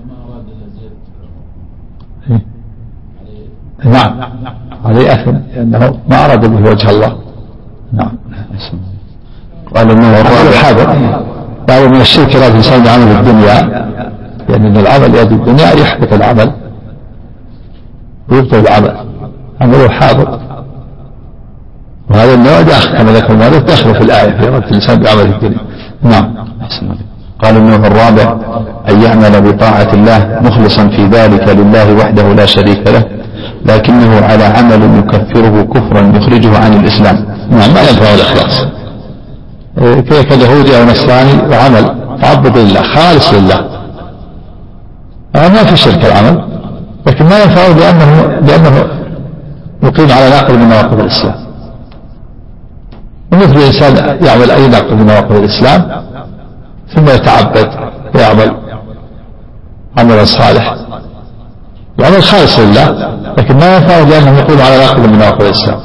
نعم عليه أثم لأنه ما أراد به وجه الله. نعم. قال إنه الحاضر قالوا من الشرك لا تنسون عمل الدنيا، يعني أن العمل يد الدنيا يحبط العمل ويبطل العمل، عمله حاضر، وهذا النوع داخل كما ذكر المؤلف داخل في الآية في رد الإنسان بعمل الدنيا. نعم. قال النوع الرابع أن يعمل بطاعة الله مخلصا في ذلك لله وحده لا شريك له، لكنه على عمل يكفره كفرا يخرجه عن الإسلام. نعم. ما ينفع الإخلاص كيهودي أو نصراني وعمل تعبد لله خالص لله، ما في شرك العمل، لكن ما ينفعه لأنه لأنه يقيم على ناقض من نواقض الإسلام. ومثل الإنسان يعمل أي ناقض من نواقض الإسلام ثم يتعبد ويعمل عملا صالح وعمل خالص لله، لكن ما ينفعه لأنه يقيم على ناقض من نواقض الإسلام.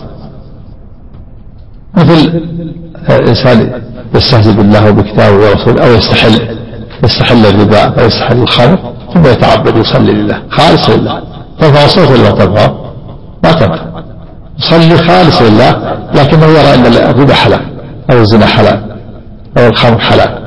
مثل إنسان يستهزئ بالله وبكتابه ورسوله، أو يستحل يستحل الربا أو يستحل الخمر ثم يتعبد يصلي لله خالص لله، تنفع صوت ولا تنفع؟ ما تنفع. يصلي خالص لله لكنه يرى أن الربا حلال أو الزنا حلال أو الخمر حلال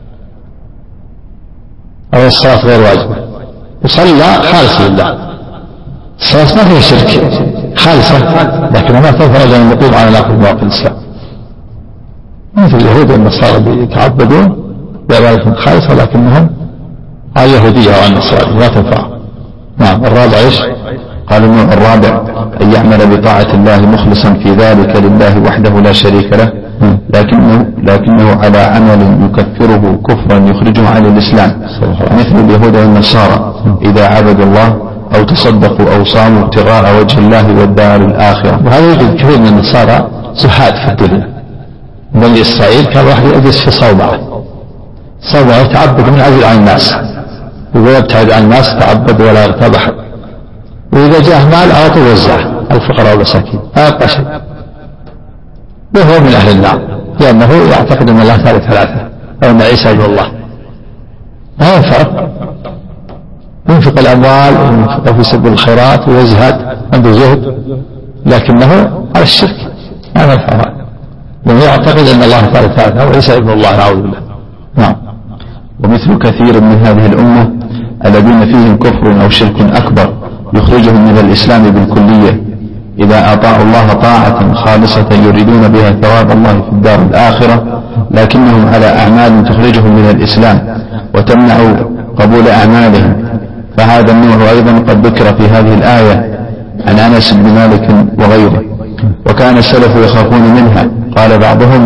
أو الصلاة غير واجبة، يصلي خالص لله، الصلاة ما فيها شرك خالصة، لكنها ما تنفع إلا أن يقوم على ناقض مواقف الإسلام. مثل اليهود والنصارى يتعبدون بعبادة خالصة لكنهم على اليهودية وعلى النصارى ما تنفع. نعم. الرابع ايش؟ قال النوع الرابع أن يعمل بطاعة الله مخلصا في ذلك لله وحده لا شريك له، لكنه لكنه على عمل يكفره كفرا يخرجه عن الإسلام، مثل اليهود والنصارى إذا عبدوا الله أو تصدقوا أو صاموا ابتغاء وجه الله والدار الآخرة. وهذا يوجد كثير من النصارى زهاد في الدنيا. بني إسرائيل كان واحد يجلس في صومعة صومعة يتعبد من عزل عن الناس، وإذا يبتعد عن الناس تعبد ولا يغتاب أحد، وإذا جاء مال على طول وزعه الفقراء والمساكين ما يبقى شيء، وهو من أهل النار لأنه يعتقد أن الله ثالث ثلاثة أو أن عيسى ابن الله. ما ينفع، ينفق الأموال وينفق في سبيل الخيرات ويزهد عنده زهد، لكنه على الشرك ما ينفع، لأنه يعتقد أن الله ثالث ثلاثة أو عيسى ابن الله نعوذ بالله. نعم. ومثل كثير من هذه الأمة الذين فيهم كفر أو شرك أكبر يخرجهم من الإسلام بالكلية إذا أطاعوا الله طاعة خالصة يريدون بها ثواب الله في الدار الآخرة، لكنهم على أعمال تخرجهم من الإسلام وتمنع قبول أعمالهم. فهذا النوع أيضا قد ذكر في هذه الآية عن أنس بن مالك وغيره، وكان السلف يخافون منها. قال بعضهم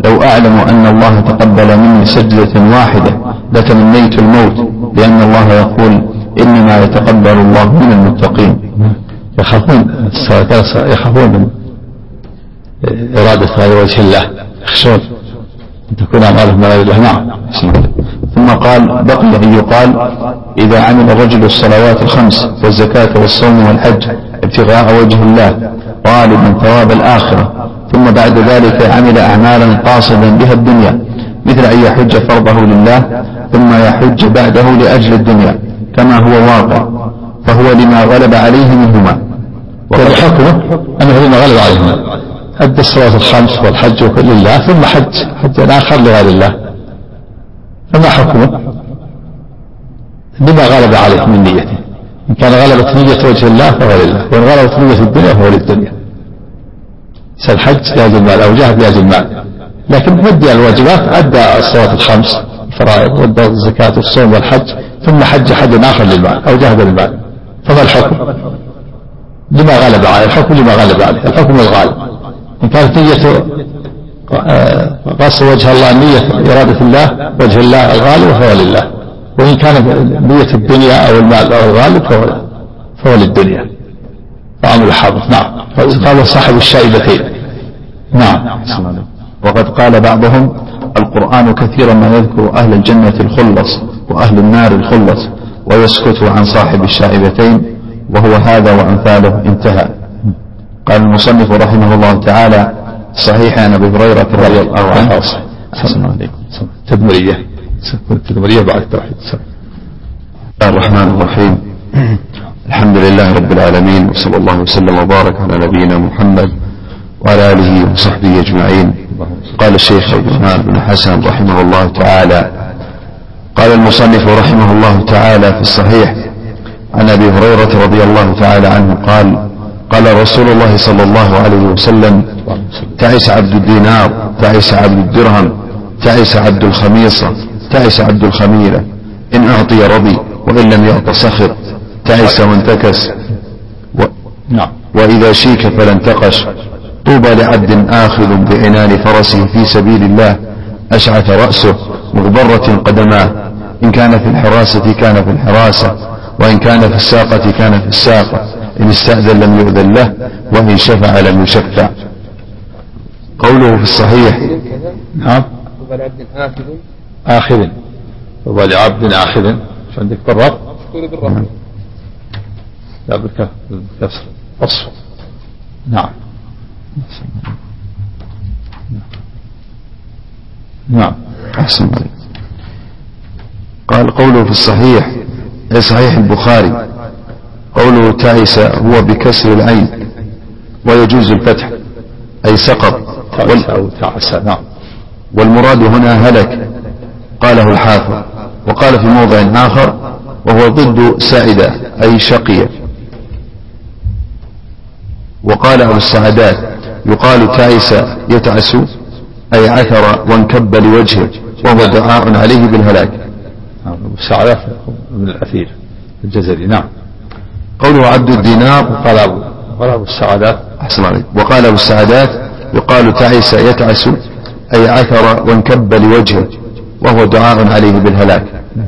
لو أعلم أن الله تقبل مني سجدة واحدة لتمنيت الموت، لأن الله يقول إنما يتقبل الله من المتقين. يخافون يخافون من إرادة غير وجه الله، يخشون أن تكون أعمالهم من غير الله. نعم. ثم قال: بقي أن يقال إذا عمل الرجل الصلوات الخمس والزكاة والصوم والحج ابتغاء وجه الله طالبا ثواب الآخرة، ثم بعد ذلك عمل أعمالا قاصدا بها الدنيا، مثل أن يحج فرضه لله ثم يحج بعده لأجل الدنيا كما هو واقع، فهو لما غلب عليه منهما. والحكم أنه لما غلب عليهما أدى الصلوات الخمس والحج لله ثم حج حج آخر لغير الله، فما حكمه؟ لما غلب عليه من نيته. إن كان غلبت نية وجه الله فهو لله، وإن غلبت نية الدنيا فهو للدنيا. سالحج لأجل المال أو جاهد لأجل المال، لكن مدي الواجبات أدى الصلوات الخمس الفرائض وأدى الزكاة والصوم والحج ثم حج حج آخر للمال أو جاهد للمال، فما الحكم؟ لما غلب عليه الحكم لما غلب عليه الحكم الغالب. إن كانت نية قصد وجه الله نية إرادة الله وجه الله الغالب فهو لله، وإن كانت نية الدنيا أو المال أو الغالب فهو, فهو للدنيا فعمل حاضر. نعم. قال صاحب الشائبتين. نعم. وقد قال بعضهم: القرآن كثيرا ما يذكر أهل الجنة الخلص وأهل النار الخلص ويسكت عن صاحب الشائبتين، وهو هذا وأمثاله. انتهى. قال المصنف رحمه الله تعالى: صحيح عن أبي هريرة رضي الله عنه. السلام عليكم. تدمرية تدمرية بعد التوحيد. بسم الله الرحمن الرحيم. الحمد لله رب العالمين، وصلى الله وسلم وبارك على نبينا محمد وعلى آله وصحبه أجمعين. قال الشيخ عبد الرحمن بن حسن رحمه الله تعالى: قال المصنف رحمه الله تعالى في الصحيح عن أبي هريرة رضي الله تعالى عنه قال: قال رسول الله صلى الله عليه وسلم: تعس عبد الدينار، تعس عبد الدرهم، تعس عبد الخميصة، تعس عبد الخميرة، إن أعطي رضي وإن لم يعط سخط، تعس وانتكس، و... وإذا شيك فلا انتقش. طوبى لعبد آخذ بعنان فرسه في سبيل الله، أشعث رأسه مغبرة قدماه، إن كان في الحراسة كان في الحراسة، وإن كان في الساقة كان في الساقة، إن استأذن لم يؤذن له، وإن شفع لم يشفع. قوله في الصحيح: نعم. طوبى لعبد آخذ آخذ طوبى لعبد آخذ. شو عندك بالرب؟ بالرب. لا بالكسر أصفر. نعم. نعم. أحسن. قال قوله في الصحيح أي صحيح البخاري، قوله تعس هو بكسر العين ويجوز الفتح أي سقط، وال... تعس. نعم. والمراد هنا هلك، قاله الحافظ. وقال في موضع آخر: وهو ضد سعدة أي شقية. وقال أبو السعدات: يقال تعس يتعس أي عثر وانكب لوجهه، وهو دعاء عليه بالهلاك. أبو السعدات من الأثير الجزري. نعم. قوله عبد الدينار، قال أبو قال أبو السعدات. أحسن عليك. وقال أبو السعدات: يقال تعس يتعس أي عثر وانكب لوجهه، وهو دعاء عليه بالهلاك.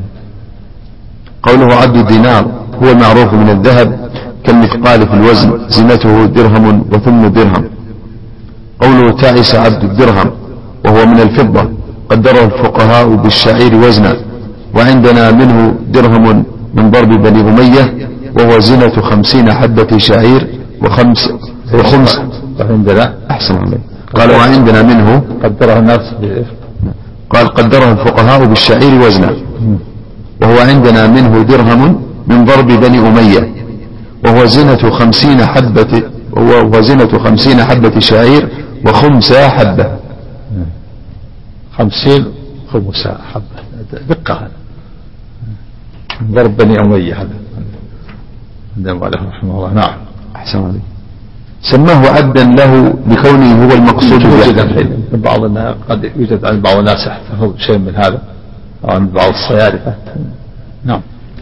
قوله عبد الدينار هو المعروف من الذهب كالمثقال في الوزن، زينته درهم وثم درهم. قوله تعس عبد الدرهم وهو من الفضة، قدره الفقهاء بالشعير وزنا، وعندنا منه درهم من ضرب بني أمية، وهو زينة خمسين حبة شعير وخمس وخمس وعندنا. أحسن عليه. قال وعندنا منه قدره الناس قال قدره الفقهاء بالشعير وزنا، وهو عندنا منه درهم من ضرب بني أمية، وهو زينة خمسين حبة وهو زينة خمسين حبة شعير وخمس حبة. خمسين خمس حبة دقة. هذا من ضرب بني أمية. هذا عندما له رحمه الله. نعم. أحسن عليه. سماه عبدا له بكونه هو المقصود به. بعض الناس قد يوجد عند بعض الناس يحفظ شيء من هذا، أو عند بعض الصيادفة. نعم.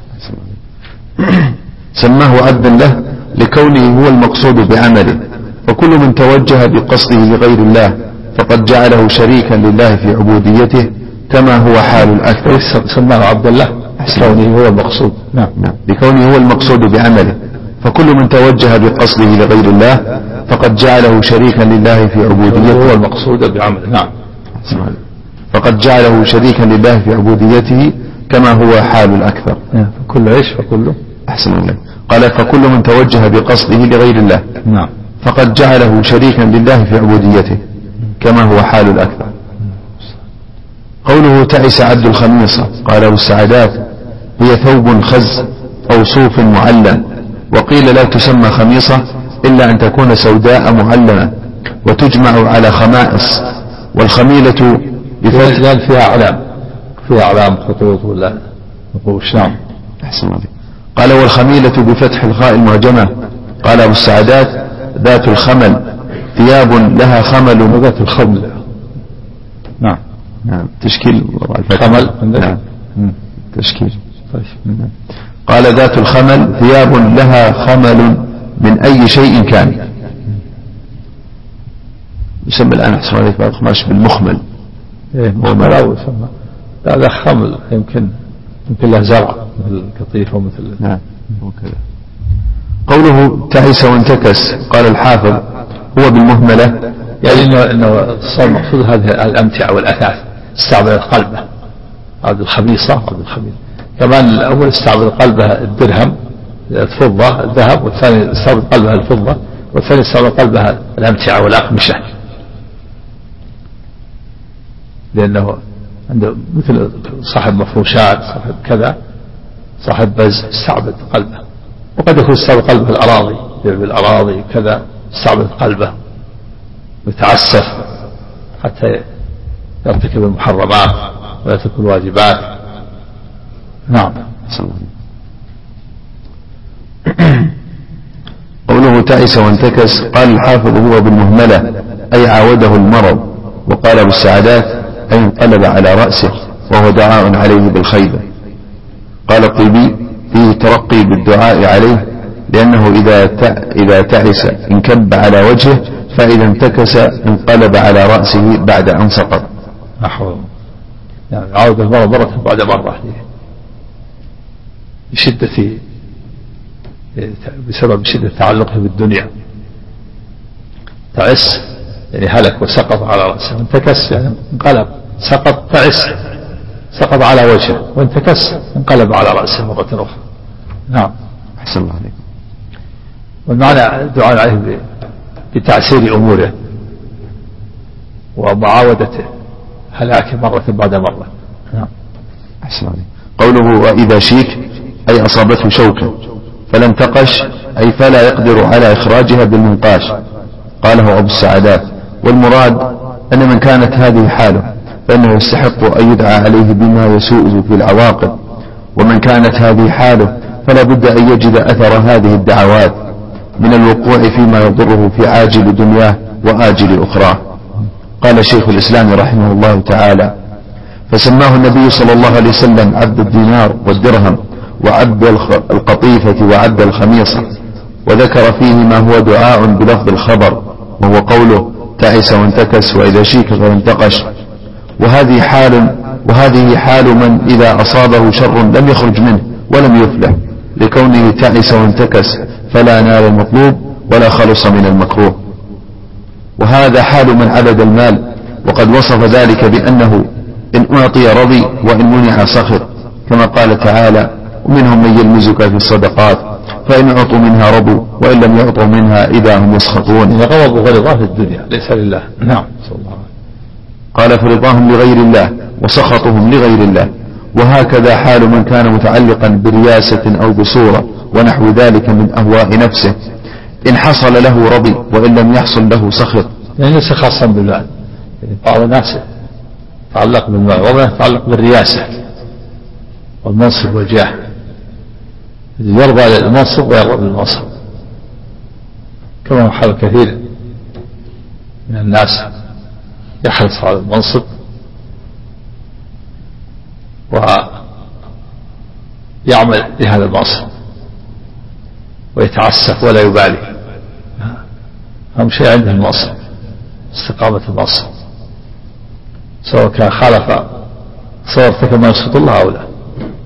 سماه عبدا له لكونه هو المقصود بعمله، وكل من توجه بقصده لغير الله فقد جعله شريكا لله في عبوديته كما هو حال الأكثر. سماه عبد الله لكونه هو المقصود. نعم نعم لكونه هو المقصود بعمله. فكل من توجه بقصده لغير الله فقد جعله شريكا لله في عبوديته هو المقصود بعمله. نعم. فقد جعله شريكا لله في عبوديته كما هو حال الأكثر. فكل عيش فكله أحسن الله. قال فكل من توجه بقصده لغير الله نعم فقد جعله شريكا لله في عبوديته كما هو حال الأكثر. قوله تعس عبد الخميصة قاله السعدات هي ثوب خز أو صوف معلن، وقيل لا تسمى خميصة إلا أن تكون سوداء معلنة وتجمع على خمائص، والخميلة بفتح فيها أعلام فيها أعلام خطوط ولا نقوش. نعم أحسن الله. قال والخميلة بفتح الخاء المعجمة. قال أبو السعدات ذات الخمل ثياب لها خمل. وذات الخمل نعم نعم تشكيل خمل. نعم تشكيل. نعم. قال ذات الخمل ثياب لها خمل من أي شيء كان. يسمى الآن أحسن عليك بعض القماش بالمخمل. إيه مخمل أو يسمى هذا خمل يمكن يمكن له زرع مثل القطيفة ومثل. نعم وكذا. قوله تعس وانتكس قال الحافظ هو بالمهملة يعني إنه إنه صار مقصود هذه الأمتعة والأثاث استعمل قلبه هذه الخميصة هذه الخميصة. كمان الأول استعمل قلبه الدرهم الفضة الذهب، والثاني استعمل قلبها الفضة، والثاني استعمل قلبها الأمتعة والأقمشة، لأنه عنده مثل صاحب مفروشات صاحب كذا صاحب بز استعبد قلبه. وقد يكون استعبد قلبه الأراضي بالأراضي كذا استعبد قلبه ويتعسف حتى يرتكب المحرمات ويترك الواجبات. نعم. قوله تعس وانتكس قال الحافظ هو بالمهملة أي عاوده المرض. وقال أبو السعدات أي انقلب على رأسه وهو دعاء عليه بالخيبة. قال الطيبي فيه ترقي بالدعاء عليه لأنه إذا إذا تعس انكب على وجهه، فإذا انتكس انقلب على رأسه بعد أن سقط. نحو يعني عاود المرض مرة بعد مرة بشدة بسبب شدة تعلقه بالدنيا. تعس يعني هلك وسقط على رأسه، وانتكس يعني انقلب سقط تعس سقط على وجهه، وانتكس انقلب على رأسه مرة أخرى. نعم. أحسن الله عليكم. والمعنى الدعاء عليه بتعسير أموره ومعاودته هلاكه مرة بعد مرة. نعم. أحسن الله. قوله وإذا شيك أي أصابته شوكة فلم تقش أي فلا يقدر على إخراجها بالمنقاش. قاله أبو السعدات. والمراد أن من كانت هذه حاله فإنه يستحق أن يدعى عليه بما يسوء في العواقب، ومن كانت هذه حاله فلا بد أن يجد أثر هذه الدعوات من الوقوع فيما يضره في عاجل دنياه وآجل أخراه. قال شيخ الإسلام رحمه الله تعالى فسماه النبي صلى الله عليه وسلم عبد الدينار والدرهم وعبد القطيفة وعبد الخميصة، وذكر فيه ما هو دعاء بلفظ الخبر وهو قوله تعس وانتكس وإذا شيك فانتقش. وهذه حال وهذه حال من إذا أصابه شر لم يخرج منه ولم يفلح، لكونه تعس وانتكس فلا نال المطلوب ولا خلص من المكروه. وهذا حال من عبد المال، وقد وصف ذلك بأنه إن أعطي رضي وإن منع سخط، كما قال تعالى ومنهم من يلمزك في الصدقات فإن أعطوا منها رضوا وإن لم يعطوا منها إذا هم يسخطون. يغضب غرضاه في الدنيا ليس لله. نعم. صلى الله عليه وسلم. قال فرضاهم لغير الله وسخطهم لغير الله. وهكذا حال من كان متعلقا برياسة أو بصورة ونحو ذلك من أهواء نفسه، إن حصل له رضي وإن لم يحصل له سخط. يعني ليس خاصا بالمال، يعني بعض الناس يتعلق بالمال وبعضهم يتعلق بالرياسة والمنصب والجاه، يرضى للمنصب ويرضى بالمنصب، كما حال كثير من الناس يحرص على المنصب ويعمل لهذا المنصب ويتعسف ولا يبالي، أهم شيء عنده المنصب، استقامة المنصب. سواء كان خالف سواء ارتكب ما يسخط الله أو لا.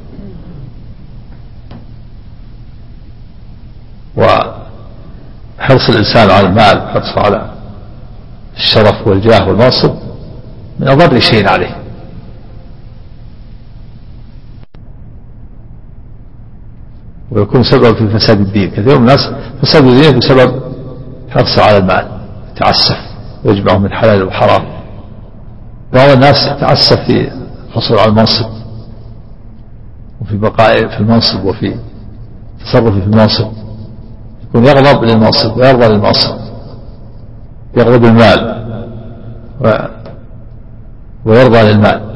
وحرص الإنسان على المال، حرص على الشرف والجاه والمنصب من أضر شيء عليه. ويكون سبب في فساد الدين. كثير من الناس فساد الدين بسبب حرصه على المال، يتعسف ويجمعه من حلال وحرام. بعض الناس يتعسف في الحصول على المنصب وفي بقائه في المنصب وفي تصرفه في المنصب، يكون يغضب للمنصب ويرضى للمنصب، يغضب المال ويرضى للمال.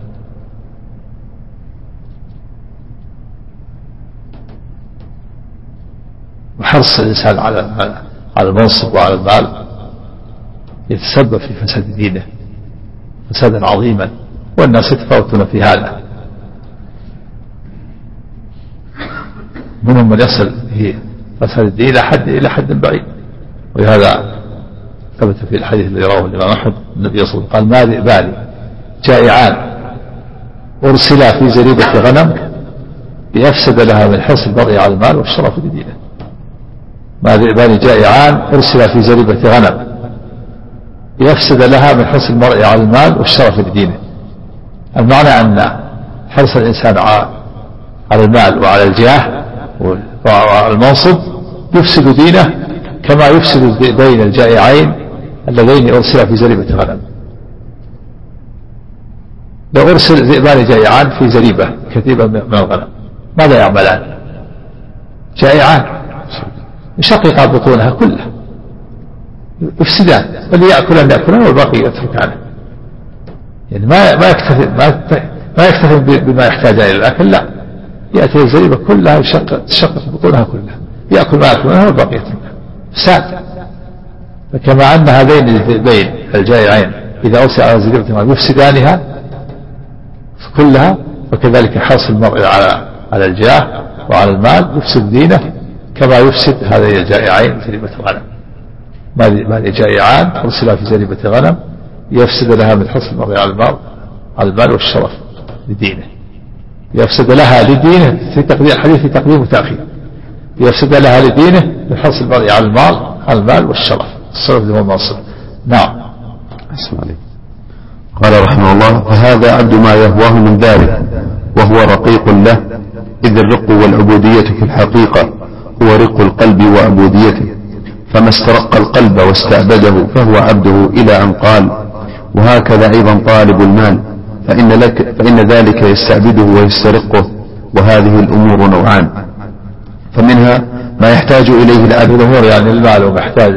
وحرص الإنسان على على المنصب وعلى المال يتسبب في فساد دينه فسادا عظيما، والناس يتفاوتون في هذا. منهم من يصل في فساد الدين إلى حد إلى حد بعيد. ولهذا ثبت في الحديث الذي رواه الإمام أحمد النبي صلى الله عليه وسلم قال: ما ذئبان جائعان أرسلا في زريبة غنم ليفسد لها من حرص المرء على المال والشرف لدينه. ما ذئبان جائعان أرسلا في زريبة غنم ليفسد لها من حرص المرء على المال والشرف لدينه. المعنى أن حرص الإنسان على المال وعلى الجاه وعلى المنصب يفسد دينه كما يفسد الذئبين الجائعين اللذين أرسلا في زريبة غنم. لو أرسل ذئبان جائعان في زريبة كثيبة من الغنم ماذا يعملان؟ جائعان يشقق بطونها كلها، يفسدان، واللي يأكلان يأكلان والباقي يتركانه. يعني ما ما يكتفي ما ما يكتفي بما يحتاج إلى الأكل، لا، يأتي الزريبة كلها يشقق تشقق بطونها كلها، يأكل ما يأكلونها والباقي يتركانه. فساد. فكما أن هذين الذئبين الجائعين إذا أرسل على زريبة يفسدانها كلها، وكذلك حرص المرء على على الجاه وعلى المال يفسد دينه كما يفسد هذين الجائعين زريبة الغنم. ما جائعان أرسلها في زريبة غنم يفسد لها من حرص المرء على المال على المال والشرف لدينه. يفسد لها لدينه في تقدير الحديث في تقديم وتأخير. يفسد لها لدينه من حرص المرء على المال على المال والشرف، الشرف اللي هو المنصب. نعم. أحسن عليك. قال رحمه الله: فهذا عبد ما يهواه من ذلك وهو رقيق له، إذ الرق والعبودية في الحقيقة هو رق القلب وعبوديته، فما استرق القلب واستعبده فهو عبده، إلى أن قال: وهكذا أيضا طالب المال فإن, لك فإن ذلك يستعبده ويسترقه. وهذه الأمور نوعان، فمنها ما يحتاج إليه العبد، الأمور يعني المال ومحتاج.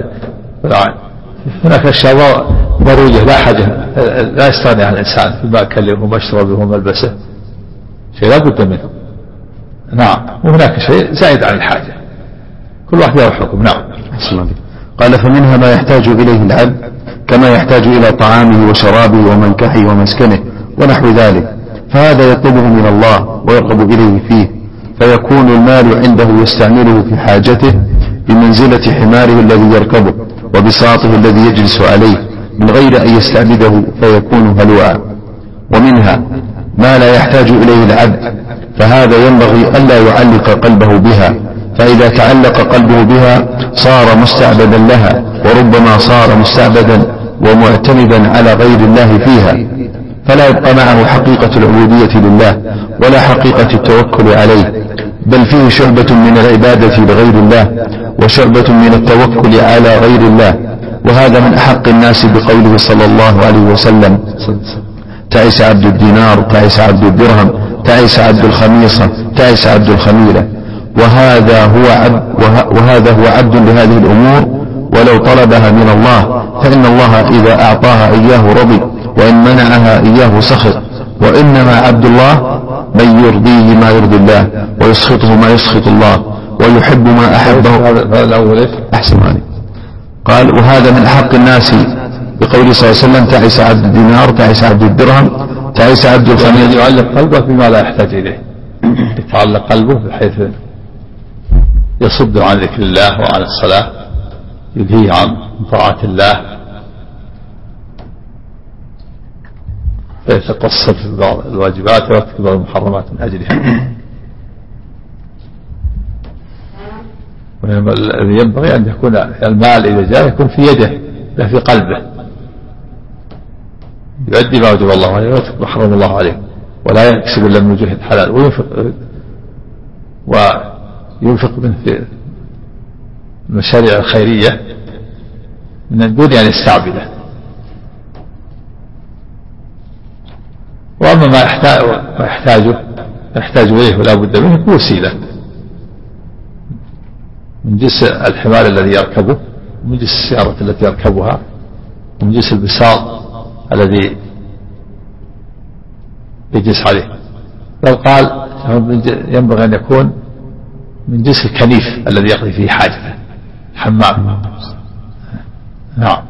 هناك أشياء ضرورية لا حاجة لا يستغني عن الإنسان في مأكله ومشربه وملبسه، شيء لا بد منه. نعم. وهناك شيء زائد عن الحاجة، كل واحد له حكم. نعم. قال: فمنها ما يحتاج إليه العبد كما يحتاج إلى طعامه وشرابه ومنكحه ومسكنه ونحو ذلك، فهذا يطلبه من الله ويرغب إليه فيه، فيكون المال عنده يستعمله في حاجته بمنزلة حماره الذي يركبه وبساطه الذي يجلس عليه من غير أن يستعبده فيكون هلوعا. ومنها ما لا يحتاج إليه العبد، فهذا ينبغي ألا يعلق قلبه بها، فإذا تعلق قلبه بها صار مستعبدا لها، وربما صار مستعبدا ومعتمدا على غير الله فيها، فلا يبقى معه حقيقة العبودية لله ولا حقيقة التوكل عليه، بل فيه شعبة من العبادة لغير الله وشعبة من التوكل على غير الله. وهذا من أحق الناس بقوله صلى الله عليه وسلم: تعس عبد الدينار، تعس عبد الدرهم، تعس عبد الخميصة، تعس عبد الخميلة. وهذا هو عبد وهذا هو عبد لهذه الأمور، ولو طلبها من الله فإن الله إذا أعطاها إياه رضي، وإن منعها إياه سخط. وإنما عبد الله من يرضيه ما يرضي الله ويسخطه ما يسخط الله ويحب ما أحبه. أحسن عليك. قال: وهذا من أحق الناس بقوله صلى الله عليه وسلم: تعس عبد الدينار، تعس عبد الدرهم، تعس عبد الخميس. يعلق قلبه بما لا يحتاج إليه، يتعلق قلبه بحيث يصد عن ذكر الله وعن الصلاة، يلهيه عن طاعة الله. فيتقصر في بعض الواجبات ويرتكب بعض المحرمات من أجلها. الذي ينبغي أن يكون المال إذا جاء يكون في يده لا في قلبه، يؤدي ما وجب الله عليه ويترك ما حرم الله عليه، ولا يكسب إلا من وجوه الحلال، وينفق وينفق منه في المشاريع الخيرية من دون أن يستعبده. وأما ما يحتاج ما يحتاجه يحتاج إليه ولا بد منه بوسيلة من جنس الحمار الذي يركبه، ومن جنس السيارة التي يركبها، ومن جنس البساط الذي يجلس عليه. بل قال ينبغي أن يكون من جنس الكنيف الذي يقضي فيه حاجته، الحمام. نعم.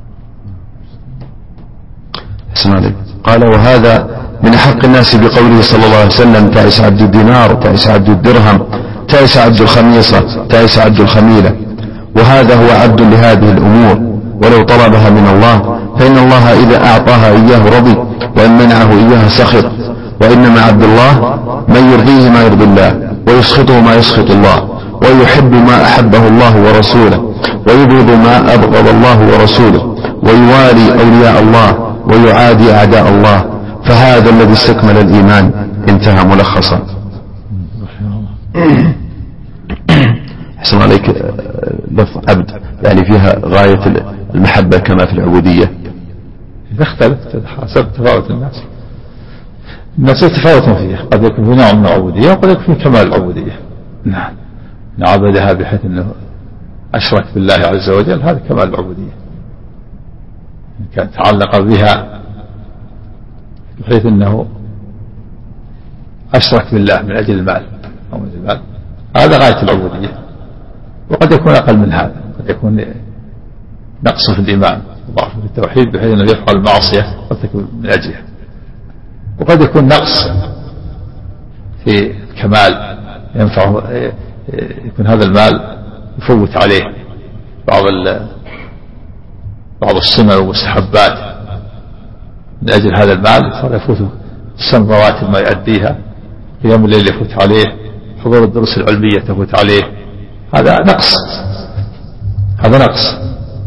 حسنا عليك. قال وهذا من حق الناس بقوله صلى الله عليه وسلم تعس عبد الدينار، تعس عبد الدرهم، تعس عبد الخميصة، تعس عبد الخميلة. وهذا هو عبد لهذه الأمور، ولو طلبها من الله فإن الله إذا أعطاها إياه رضي، وإن منعه إياها سخط. وإنما عبد الله من يرضيه ما يرضي الله، ويسخطه ما يسخط الله، ويحب ما أحبه الله ورسوله، ويبغض ما أبغض الله ورسوله، ويوالي أولياء الله ويعادي أعداء الله. فهذا الذي استكمل الإيمان. انتهى ملخصا. حسن عليك. لفظ عبد يعني فيها غاية المحبة كما في العبودية؟ تختلف حسب تفاوت الناس. الناس يتفاوتون فيها، قد يكون في نوع من العبودية وقد يكون في كمال العبودية. نعم. عبدها بحيث أنه أشرك بالله عز وجل، هذا كمال العبودية. كان تعلق بها بحيث أنه أشرك بالله من أجل المال أو من أجل المال، هذا غاية العبودية. وقد يكون أقل من هذا، قد يكون نقص في الإيمان وضعف في التوحيد بحيث أنه يفعل المعصية ويرتكب من أجلها. وقد يكون نقص في الكمال، ينفعه يكون هذا المال يفوت عليه بعض بعض السنن والمستحبات من أجل هذا المال، صار يفوته السن رواتب ما يؤديها، قيام الليل يفوت عليه، حضور الدروس العلمية تفوت عليه، هذا نقص. هذا نقص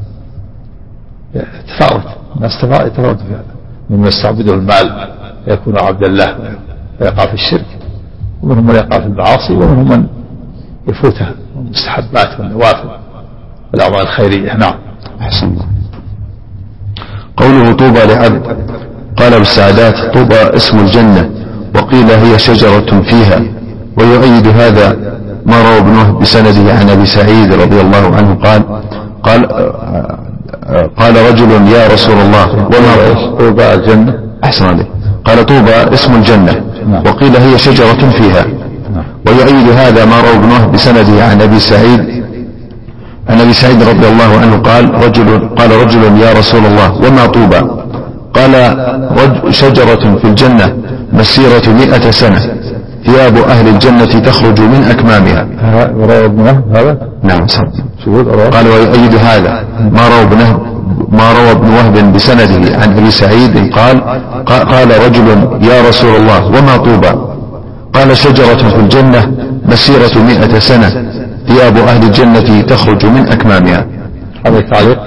تفاوت، الناس تفاوت في هذا. ممن يستعبده المال يكون عبد الله ويقع في الشرك، ومنهم من يقع في المعاصي، ومنهم من يفوتها المستحبات والنوافل والأعمال الخيرية. نعم. أحسن الله. قوله طوبى لعبد، قال بالسعادات طوبى اسم الجنة، وقيل هي شجرة فيها. ويؤيد هذا ما روى ابن وهب بسنده عن أبي سعيد رضي الله عنه قال قال قال رجل يا رسول الله وما طوبى الجنة. أحسن عليه. قال طوبى اسم الجنة، وقيل هي شجرة فيها. ويؤيد هذا ما روى ابن وهب بسنده عن أبي سعيد عن أبي سعيد رضي الله عنه قال رجل قال رجل يا رسول الله وما طوبى؟ قال شجرة في الجنة مسيرة مئة سنة، ثياب أهل الجنة تخرج من أكمامها. روى ابن وهب هذا؟ نعم صحيح. قال ويؤيد هذا ما روى ابن ما روى ابن وهب بسنده عن أبي سعيد قال قال رجل يا رسول الله وما طوبى؟ قال شجرة في الجنة مسيرة مئة سنة، ثياب أهل الجنة تخرج من أكمامها. هذا تعليق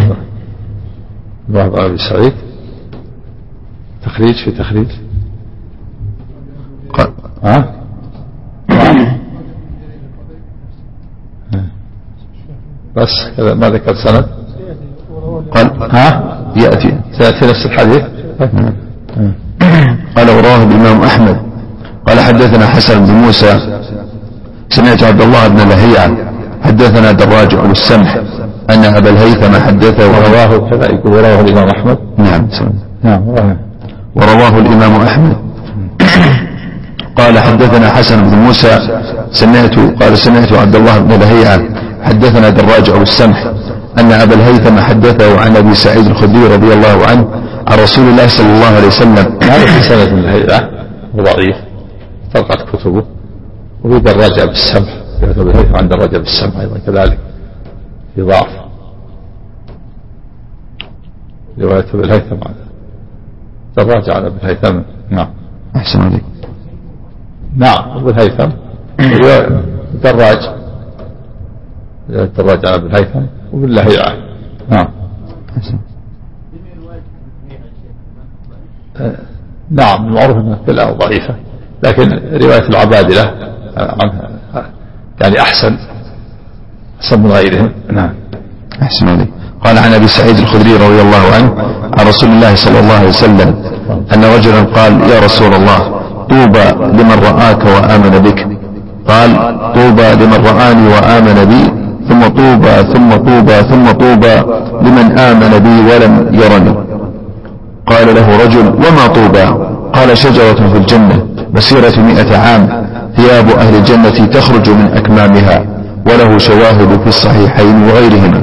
وهب أبي سعيد، تخريج في تخريج. قال ها بس كذا ما ذكر سند. قال ها يأتي سيأتي نفس الحديث. قال ورواه الإمام أحمد قال حدثنا حسن بن موسى سمعت عبد الله بن لهيعة حدثنا دراج أبو السمح أن أبا الهيثم حدثه. ورواه كذا يقول ورواه الإمام أحمد. نعم نعم ورواه الإمام أحمد قال حدثنا حسن بن موسى سمعت قال سمعت عبد الله بن لهيعة حدثنا دراج أبو السمح أن أبا الهيثم حدثه عن أبي سعيد الخدري رضي الله عنه عن رسول الله صلى الله عليه وسلم. هذا في سنة من الهيئة ضعيف فرقت كتبه، وفي دراج أبو السمح يعتبر الهيثم عن دراج أبو السمح أيضا كذلك في ضعف رواية أبي الهيثم دراج على ابن الهيثم. نعم. أحسن عليك. نعم ابن الهيثم دراج دراج على ابن الهيثم وبالله يعلم. نعم. أحسن. نعم المعروف أنها كلها ضعيفة، لكن رواية العبادلة عنها يعني أحسن أحسن من غيرهم. نعم. أحسن عليك. قال عن أبي سعيد الخدري رضي الله عنه عن رسول الله صلى الله عليه وسلم أن رجلا قال يا رسول الله طوبى لمن رآك وآمن بك. قال طوبى لمن رآني وآمن بي ثم طوبى ثم طوبى ثم طوبى لمن آمن بي ولم يرني. قال له رجل وما طوبى؟ قال شجرة في الجنة مسيرة مئة عام ثياب أهل الجنة تخرج من أكمامها وله شواهد في الصحيحين وغيرهما.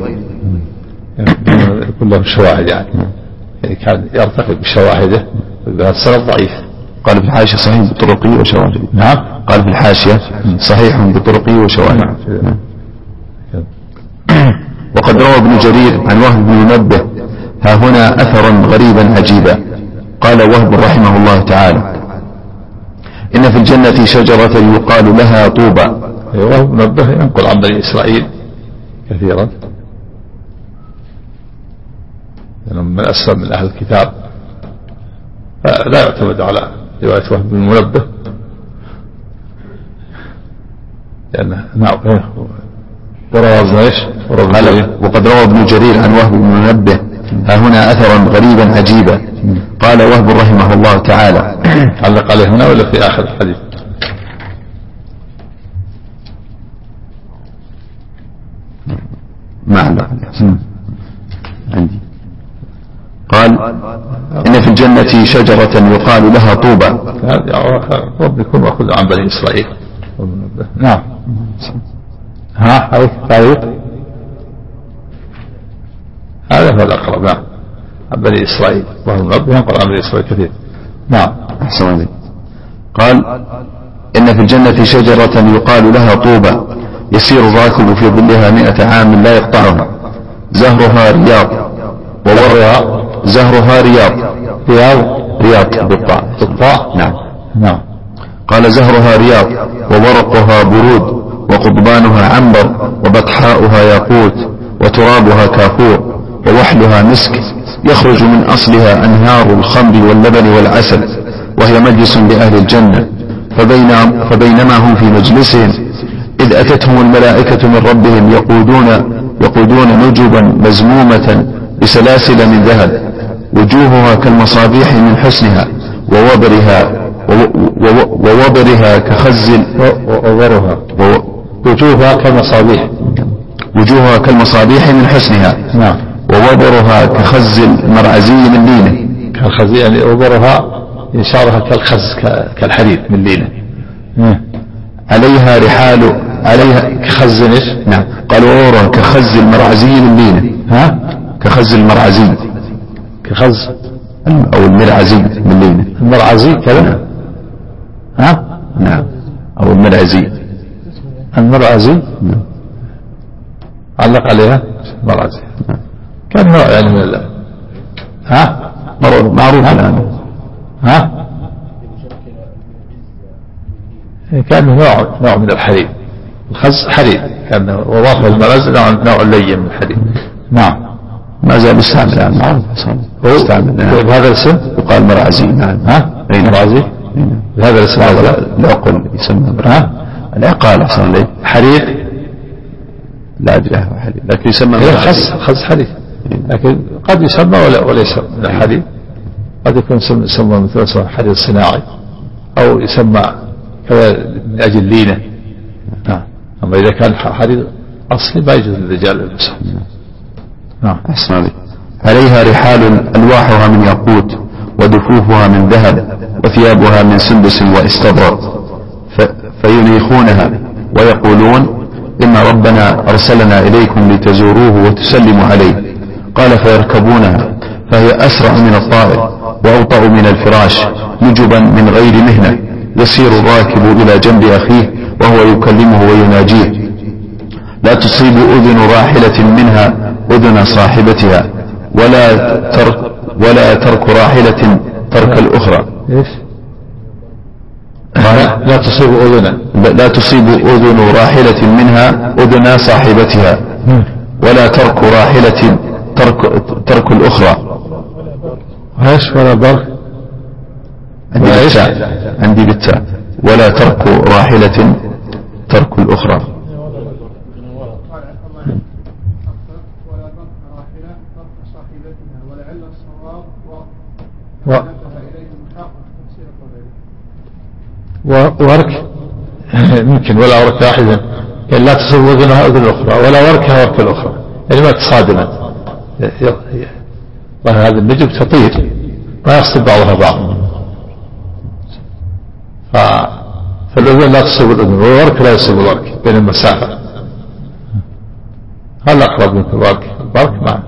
كلهم شواهد يعني كان يرتقي بشواهده وهذا السند ضعيف. قال في الحاشية صحيح بطرقه وشواهده. نعم. قال في الحاشية صحيح بطرقه وشواهده. نعم. وقد روى ابن جرير عن وهب بن منبه ها هنا أثرا غريبا عجيبا. قال وهب رحمه الله تعالى إن في الجنة شجرة يقال لها طوبى. وهب بن منبه ينقل عن بني إسرائيل كثيرا لأنهم من أسلم من أهل الكتاب، فلا يعتمد على رواية وهب بن منبه لأنه نعم. وقد روى ابن جرير عن وهب بن منبه ها هنا أثرا غريبا عجيبا. قال وهب رحمه الله تعالى علق عليه هنا ولا في آخر الحديث؟ ما علق عندي. قال إن في الجنة شجرة يقال لها طوبى. رب يكون وأخذ عن بني إسرائيل. نعم. ها هذا تعريف هذا هو الأقرب. نعم عن بني إسرائيل وهم رب ينقل عن بني إسرائيل كثير. نعم. أحسن عليك. قال إن في الجنة شجرة يقال لها طوبى يسير الراكب في ظلها مئة عام لا يقطعها زهرها رياض وورقها زهرها رياض رياض رياض بالطاء بالطاء. نعم. نعم. قال زهرها رياض وورقها برود وقضبانها عنبر وبطحاؤها ياقوت وترابها كافور ووحلها مسك يخرج من أصلها أنهار الخمر واللبن والعسل وهي مجلس لأهل الجنة. فبين فبينما هم في مجلسهم إذ أتتهم الملائكة من ربهم يقودون يقودون نجبا مزمومة بسلاسل من ذهب وجوهها كالمصابيح من حسنها ووبرها ووبرها كخز ووبرها وجوهها كالمصابيح وجوهها كالمصابيح من حسنها. نعم. ووبرها كخز المرعزي من لينه. كالخز يعني وبرها يشارها كالخز كالحديد من لينه. عليها رحال عليها كخز ايش؟ نعم. قال وورا كخز المرعزي من لينه. ها كخز المرعزي كخز او المرعزي من لينه. المرعزي كذا. ها نعم. او المرعزي المرعزي. نعم. علق عليها مرعزي. نعم. كان نوع يعني من الله. ها معروف الان. ها كان نوع نوع من الحديد. الخز حديد كان وضافه المرز نوع نوع لين من الحديد. نعم. ما زال يستعمل الآن معروف يستعمل بهذا الاسم يقال مرعزي. نعم. ها مرعزي بهذا الاسم. العقل يسمى ها العقال أحسن عليه حديد لا أدري حديد لكن يسمى خز خز حديد لكن قد يسمى ولا ولا يسمى الحديد قد يكون يسمى مثل حديد صناعي أو يسمى كذا من أجل لينه. نعم. أما إذا كان حديد أصلي ما يجوز للرجال للبسه. نعم. أحسن عليك. عليها رحال ألواحها من ياقوت ودفوفها من ذهب وثيابها من سندس واستبرق فينيخونها ويقولون إن ربنا أرسلنا إليكم لتزوروه وتسلموا عليه. قال فيركبونها فهي أسرع من الطائر وأوطأ من الفراش نجبا من غير مهنة يسير الراكب إلى جنب أخيه وهو يكلمه ويناجيه لا تصيب أذن راحلة منها أذن صاحبتها ولا ترك, ولا ترك راحلة ترك الأخرى. إيش؟ لا تصيب أذنا لا تصيب أذن راحلة منها أذن صاحبتها، ولا ترك راحلة ترك ترك الأخرى. ايش ولا برك؟ عندي بالتاء عندي بالتاء ولا ترك راحلة ترك الأخرى. و... وورك ممكن ولا ورك واحدا، يعني لا تصيب أذنها أذن الأخرى ولا وركها ورك الأخرى، يعني ما تصادمت. هذا النجم تطير ما يصيب بعضها بعض، ف... فالأذن لا تصيب الأذن والورك لا يصيب الورك بين المسافة. هذا أقرب من الورك، الورك معه.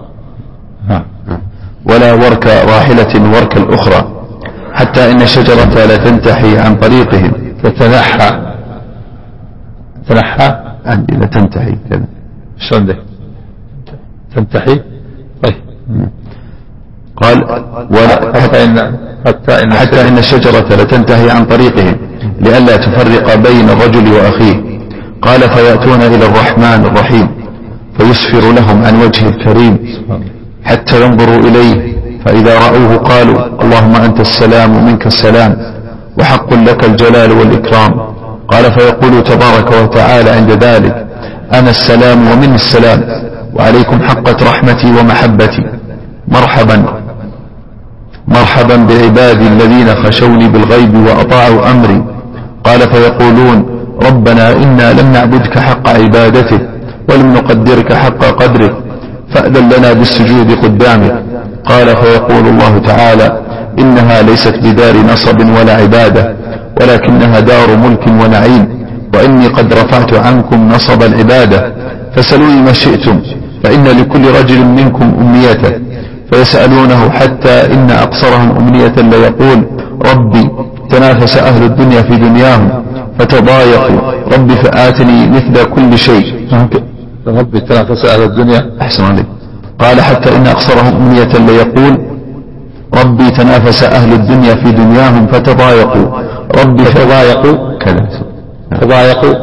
ولا ورك راحلة ورك الأخرى حتى إن الشجرة لا تنتحي عن طريقهم. فتنحى تنحى عندي لا تنتحي كذا شلون ده تنتحي. طيب قال ولا حتى إن حتى إن, حتى إن الشجرة لا تنتهي عن طريقهم لئلا تفرق بين الرجل وأخيه. قال فيأتون إلى الرحمن الرحيم فيسفر لهم عن وجه الكريم حتى ينظروا إليه، فإذا رأوه قالوا اللهم أنت السلام ومنك السلام وحق لك الجلال والإكرام. قال فيقول تبارك وتعالى عند ذلك أنا السلام ومن السلام وعليكم حقت رحمتي ومحبتي، مرحبا مرحبا بعبادي الذين خشوني بالغيب وأطاعوا أمري. قال فيقولون ربنا إنا لم نعبدك حق عبادتك ولم نقدرك حق قدرك فأذن لنا بالسجود قدامك. قال فيقول الله تعالى إنها ليست بدار نصب ولا عبادة ولكنها دار ملك ونعيم، وإني قد رفعت عنكم نصب العبادة فسلوني ما شئتم، فإن لكل رجل منكم أمنيته. فيسألونه حتى إن أقصرهم أمنية ليقول ربي تنافس أهل الدنيا في دنياهم فتضايقوا ربي فآتني مثل كل شيء. ربي تنافس أهل الدنيا. أحسن عليك. قال حتى إن أقصرهم أمنية ليقول ربي تنافس أهل الدنيا في دنياهم فتضايقوا ربي فتضايقوا كذا تضايقوا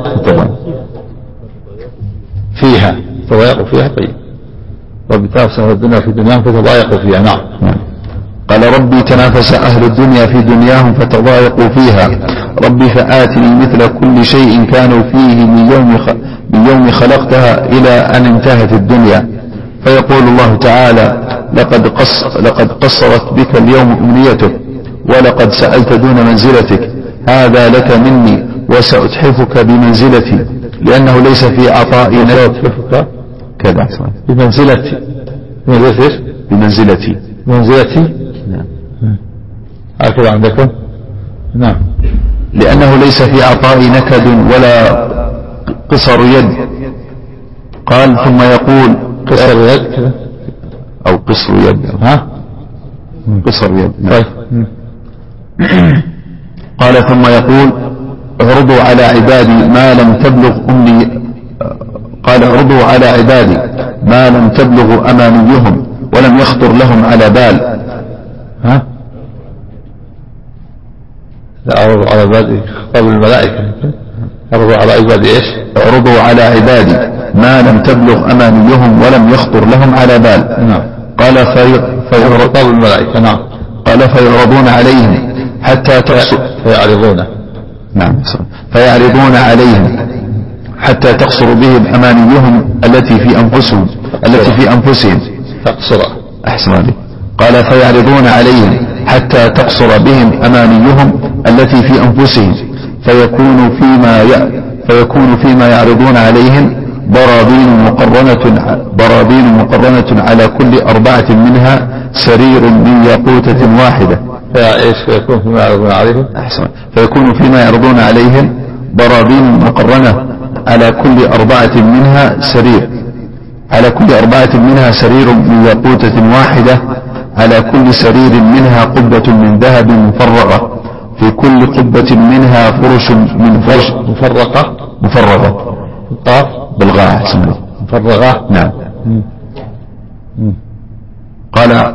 فيها تضايقوا فيها. طيب ربي تنافس أهل الدنيا في دنياهم فتضايقوا فيها. نعم. قال ربي تنافس أهل الدنيا في دنياهم فتضايقوا فيها ربي فآتني مثل كل شيء كانوا فيه من يوم من يوم خلقتها إلى أن انتهت الدنيا. فيقول الله تعالى لقد قص لقد قصرت بك اليوم أمنيتك ولقد سألت دون منزلتك، هذا لك مني وسأتحفك بمنزلتي لأنه ليس في عطائي سأتحفك كذا بمنزلتي بمنزلتي بمنزلتي منزلتي. نعم. هكذا عندكم. نعم. لأنه ليس في عطائي نكد ولا قصر يد. قال ثم يقول قصر يد كذا أو قصر يد. ها قصر يد. طيب. قال ثم يقول اعرضوا على عبادي ما لم تبلغ أمني قال اعرضوا على عبادي ما لم تبلغ أمانيهم ولم يخطر لهم على بال. ها لا اعرضوا على عبادي خطاب الملائكة. اعرضوا على عبادي ايش؟ اعرضوا على عبادي ما لم تبلغ أمانيهم ولم يخطر لهم على بال. نعم. قال في خطاب الملائكة. نعم. قال فيعرضون عليهم حتى تقصر فيعرضون نعم فيعرضون عليهم حتى تقصر بهم أمانيهم التي في أنفسهم التي في أنفسهم تقصر. أحسن عليك. قال فيعرضون عليهم حتى تقصر بهم أمانيهم التي في أنفسهم فيكون فيما ي... فيكون فيما يعرضون عليهم براذين مقرنة براذين مقرنة على كل أربعة منها سرير من ياقوتة واحدة. فإيش فيكون فيما يعرضون عليهم؟ أحسن. فيكون فيما يعرضون عليهم براذين مقرنة على كل أربعة منها سرير على كل أربعة منها سرير من ياقوتة واحدة على كل سرير منها قبة من ذهب مفرغة في كل قبة منها فرش من فرش مفرقة مفرغة طاف بالغاء. مفرغة. نعم. قال على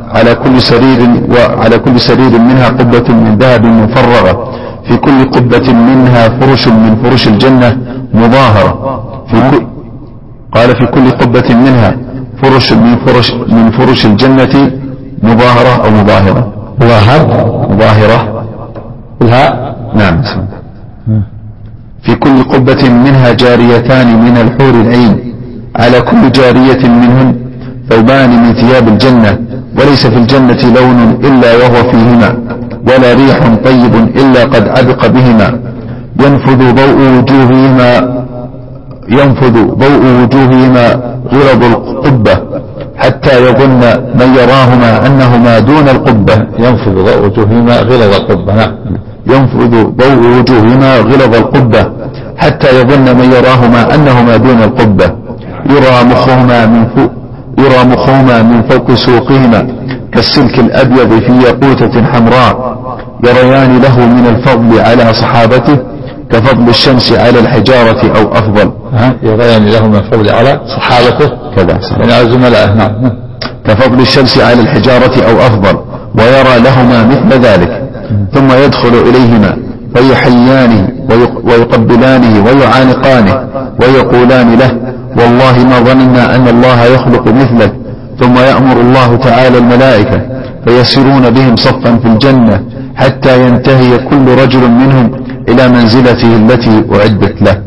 كل سرير وعلى كل سرير منها قبة من ذهب مفرغة في كل قبة منها فرش من فرش الجنة مظاهرة في كل قال في كل قبة منها فرش من فرش من فرش الجنة مظاهرة أو مظاهرة مظاهرة مظاهرة الهاء نعم. في كل قبة منها جاريتان من الحور العين على كل جارية منهن ثوبان من ثياب الجنة وليس في الجنة لون إلا وهو فيهما ولا ريح طيب إلا قد عبق بهما ينفذ ضوء وجوههما ينفذ ضوء وجوههما غلظ القبة حتى يظن من يراهما أنهما دون القبة ينفذ ضوء وجوههما غلظ القبة نعم ينفذ ضوء وجوههما غلظ القبة حتى يظن من يراهما أنهما دون القبة يرى مخهما من فوق يرى مخهما من فوق سوقهما كالسلك الأبيض في ياقوتة حمراء يريان له من الفضل على صحابته كفضل الشمس على الحجارة أو أفضل. يريان له من الفضل على صحابته كذا يعني على زملائه نعم كفضل الشمس على الحجارة أو أفضل ويرى لهما مثل ذلك ثم يدخل إليهما فيحيانه ويقبلانه ويعانقانه ويقولان له والله ما ظننا أن الله يخلق مثلك ثم يأمر الله تعالى الملائكة فيسيرون بهم صفا في الجنة حتى ينتهي كل رجل منهم إلى منزلته التي أعدت له.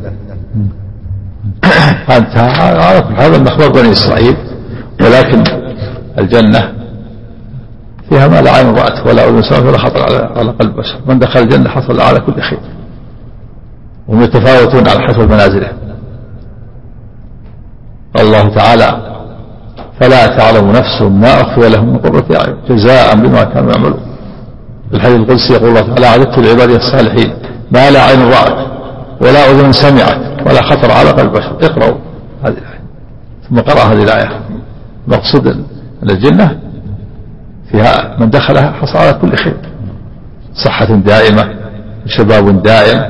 هذا مخبر بني إسرائيل ولكن الجنة فيها ما لا عين رأت ولا أذن سمعت ولا خطر على قلب بشر من دخل الجنة حصل على كل خير وهم يتفاوتون على حسب منازلهم. الله تعالى فلا تعلم نفس ما أخفي لهم من قرة أعين جزاء بما كانوا يعملون. في الحديث القدسي يقول الله تعالى أعددت لعبادي الصالحين ما لا عين رأت ولا أذن سمعت ولا خطر على قلب بشر. اقرأوا هذه الآية ثم قرأ هذه الآية. مقصود أن الجنة فيها من دخلها حصل على كل خير صحة دائمة شباب دائم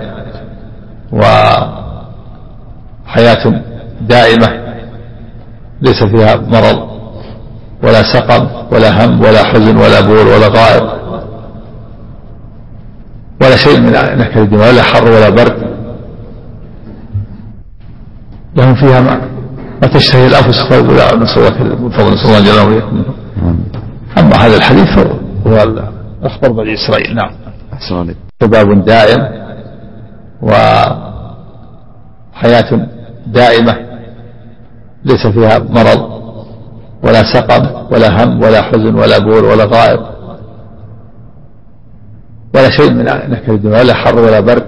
وحياة دائمة ليس فيها مرض ولا سقم ولا هم ولا حزن ولا بول ولا غائط ولا شيء من نكر الدماء ولا حر ولا برد. لهم فيها ما, ما تشتهي الأنفس ولا نسأل الله جل وعلا. أما هذا الحديث هو أخبر بني إسرائيل نعم شباب دائم وحياة دائمة ليس فيها مرض ولا سقم ولا هم ولا حزن ولا بول ولا غائط ولا شيء من نكر الدماء ولا حر ولا برد.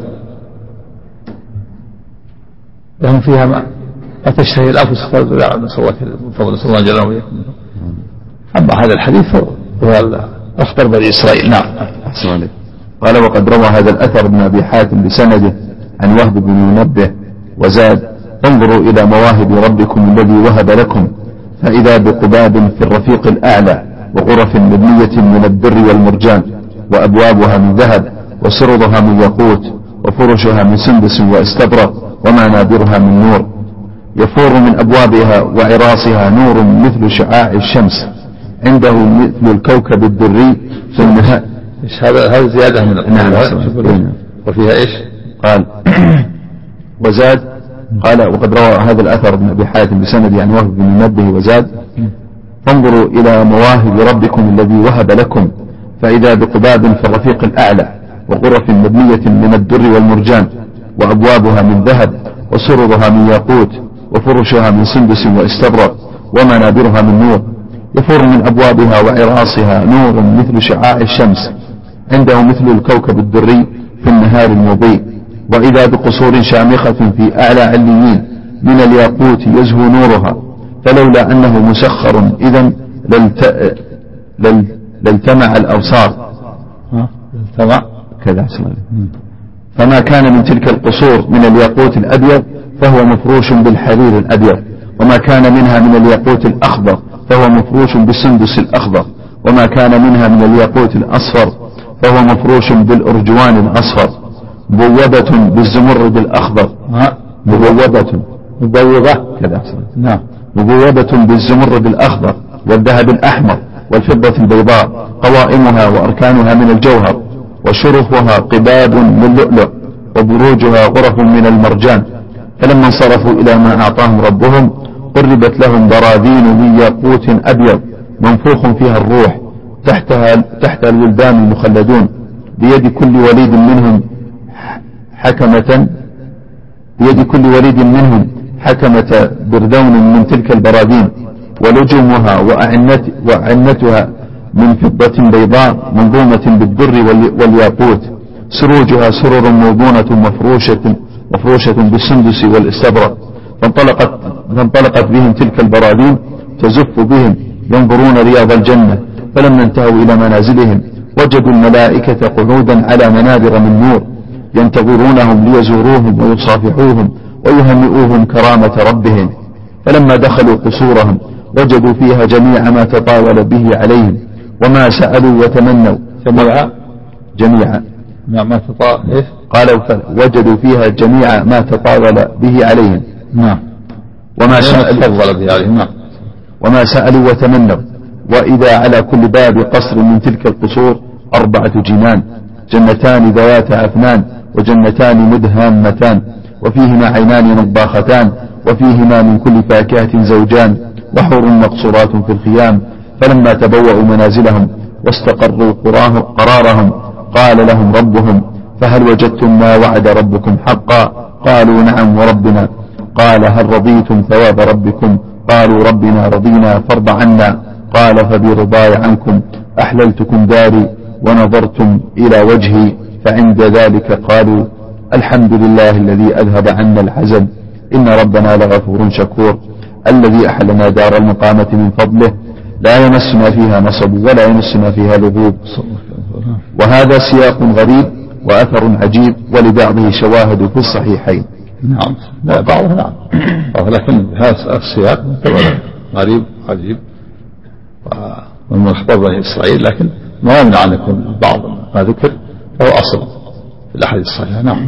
لهم فيها ما, ما تشتهي الأنفس ولا نسأل الله جل وعلا. أما هذا الحديث هو أخبر بني إسرائيل نعم. قال وقد روى هذا الأثر ابن أبي حاتم بسنده عن وهب بن منبه وزاد انظروا إلى مواهب ربكم الذي وهب لكم فإذا بقباب في الرفيق الأعلى وغرف مبنية من الدر والمرجان وأبوابها من ذهب وسرضها من ياقوت وفرشها من سندس واستبرق ومنابرها من نور يفور من أبوابها وعراصها نور مثل شعاع الشمس عنده مثل الكوكب الدري في النهاء. هذا هذا زيادة من نعم. وفيها إيش قال وزاد قال وقد روى هذا الأثر ابن أبي حاتم بسند عن وهب بن منبه وزاد انظروا إلى مواهب ربكم الذي وهب لكم فإذا بقباب في الرفيق الأعلى وغرف مبنية من الدر والمرجان وأبوابها من ذهب وسرضها من ياقوت وفرشها من سندس واستبرق ومنابرها من نور يفور من أبوابها وعراصها نور مثل شعاع الشمس عنده مثل الكوكب الدري في النهار المضيء وإذا بقصور شامخة في أعلى عليين من الياقوت يزهو نورها فلولا أنه مسخر إذن للت... لل... للتمع الأبصار للتمع كذا فما كان من تلك القصور من الياقوت الأبيض فهو مفروش بالحرير الأبيض وما كان منها من الياقوت الأخضر فهو مفروش بالسندس الأخضر وما كان منها من الياقوت الأصفر فهو مفروش بالأرجوان الأصفر مبوبة بالزمرد الأخضر مبوبة مبوبة كذا نعم مبوبة بالزمرد الأخضر والذهب الأحمر والفضة البيضاء قوائمها وأركانها من الجوهر، وشرفها قباب من لؤلؤ، وبروجها غرف من المرجان. فلما انصرفوا إلى ما أعطاهم ربهم قربت لهم براذين من ياقوت أبيض منفوخ فيها الروح، تحتها تحت الولدان المخلدون، بيد كل وليد منهم حكمة بيد كل وليد منهم حكمة بردون من تلك البراذين، ولجمها وأعنت وأعنتها من فضة بيضاء منظومة بالدر والياقوت، سروجها سرر موضونة مفروشة مفروشة بالسندس والاستبرق. فانطلقت, فانطلقت بهم تلك البراذين تزف بهم ينظرون رياض الجنة. فلما انتهوا إلى منازلهم وجدوا الملائكة قعودا على منابر من نور ينتظرونهم ليزوروهم ويصافحوهم ويهنئوهم كرامة ربهم. فلما دخلوا قصورهم وجدوا فيها جميع ما تطاول به عليهم وما سألوا وتمنوا جميعا جميعا ما تطاول إيه؟ قالوا وجدوا فيها جميع ما تطاول به عليهم نعم وما سألوا به عليهم نعم وما سألوا وتمنوا. وإذا على كل باب قصر من تلك القصور أربعة جنان، جنتان ذوات أفنان وجنتان مدهامتان وفيهما عينان نضاختان وفيهما من كل فاكهة زوجان وحور مقصورات في الخيام. فلما تبوأوا منازلهم واستقروا قرارهم قال لهم ربهم فهل وجدتم ما وعد ربكم حقا؟ قالوا نعم وربنا. قال هل رضيتم ثواب ربكم؟ قالوا ربنا رضينا فارض عنا. قال فبرضاي عنكم أحللتكم داري ونظرتم إلى وجهي. فعند ذلك قالوا الحمد لله الذي أذهب عنا الحزن إن ربنا لغفور شكور الذي أحلنا دار المقامة من فضله لا يمسنا فيها نصب ولا يمسنا فيها لغوب. وهذا سياق غريب وأثر عجيب ولبعضه شواهد في الصحيحين. نعم لا بعضه نعم لكن هذا السياق غريب عجيب ومن أخبار بني إسرائيل، لكن ما يمنع أن يكون بعض ما ذكر فهو أصل في الأحاديث الصحيحة. نعم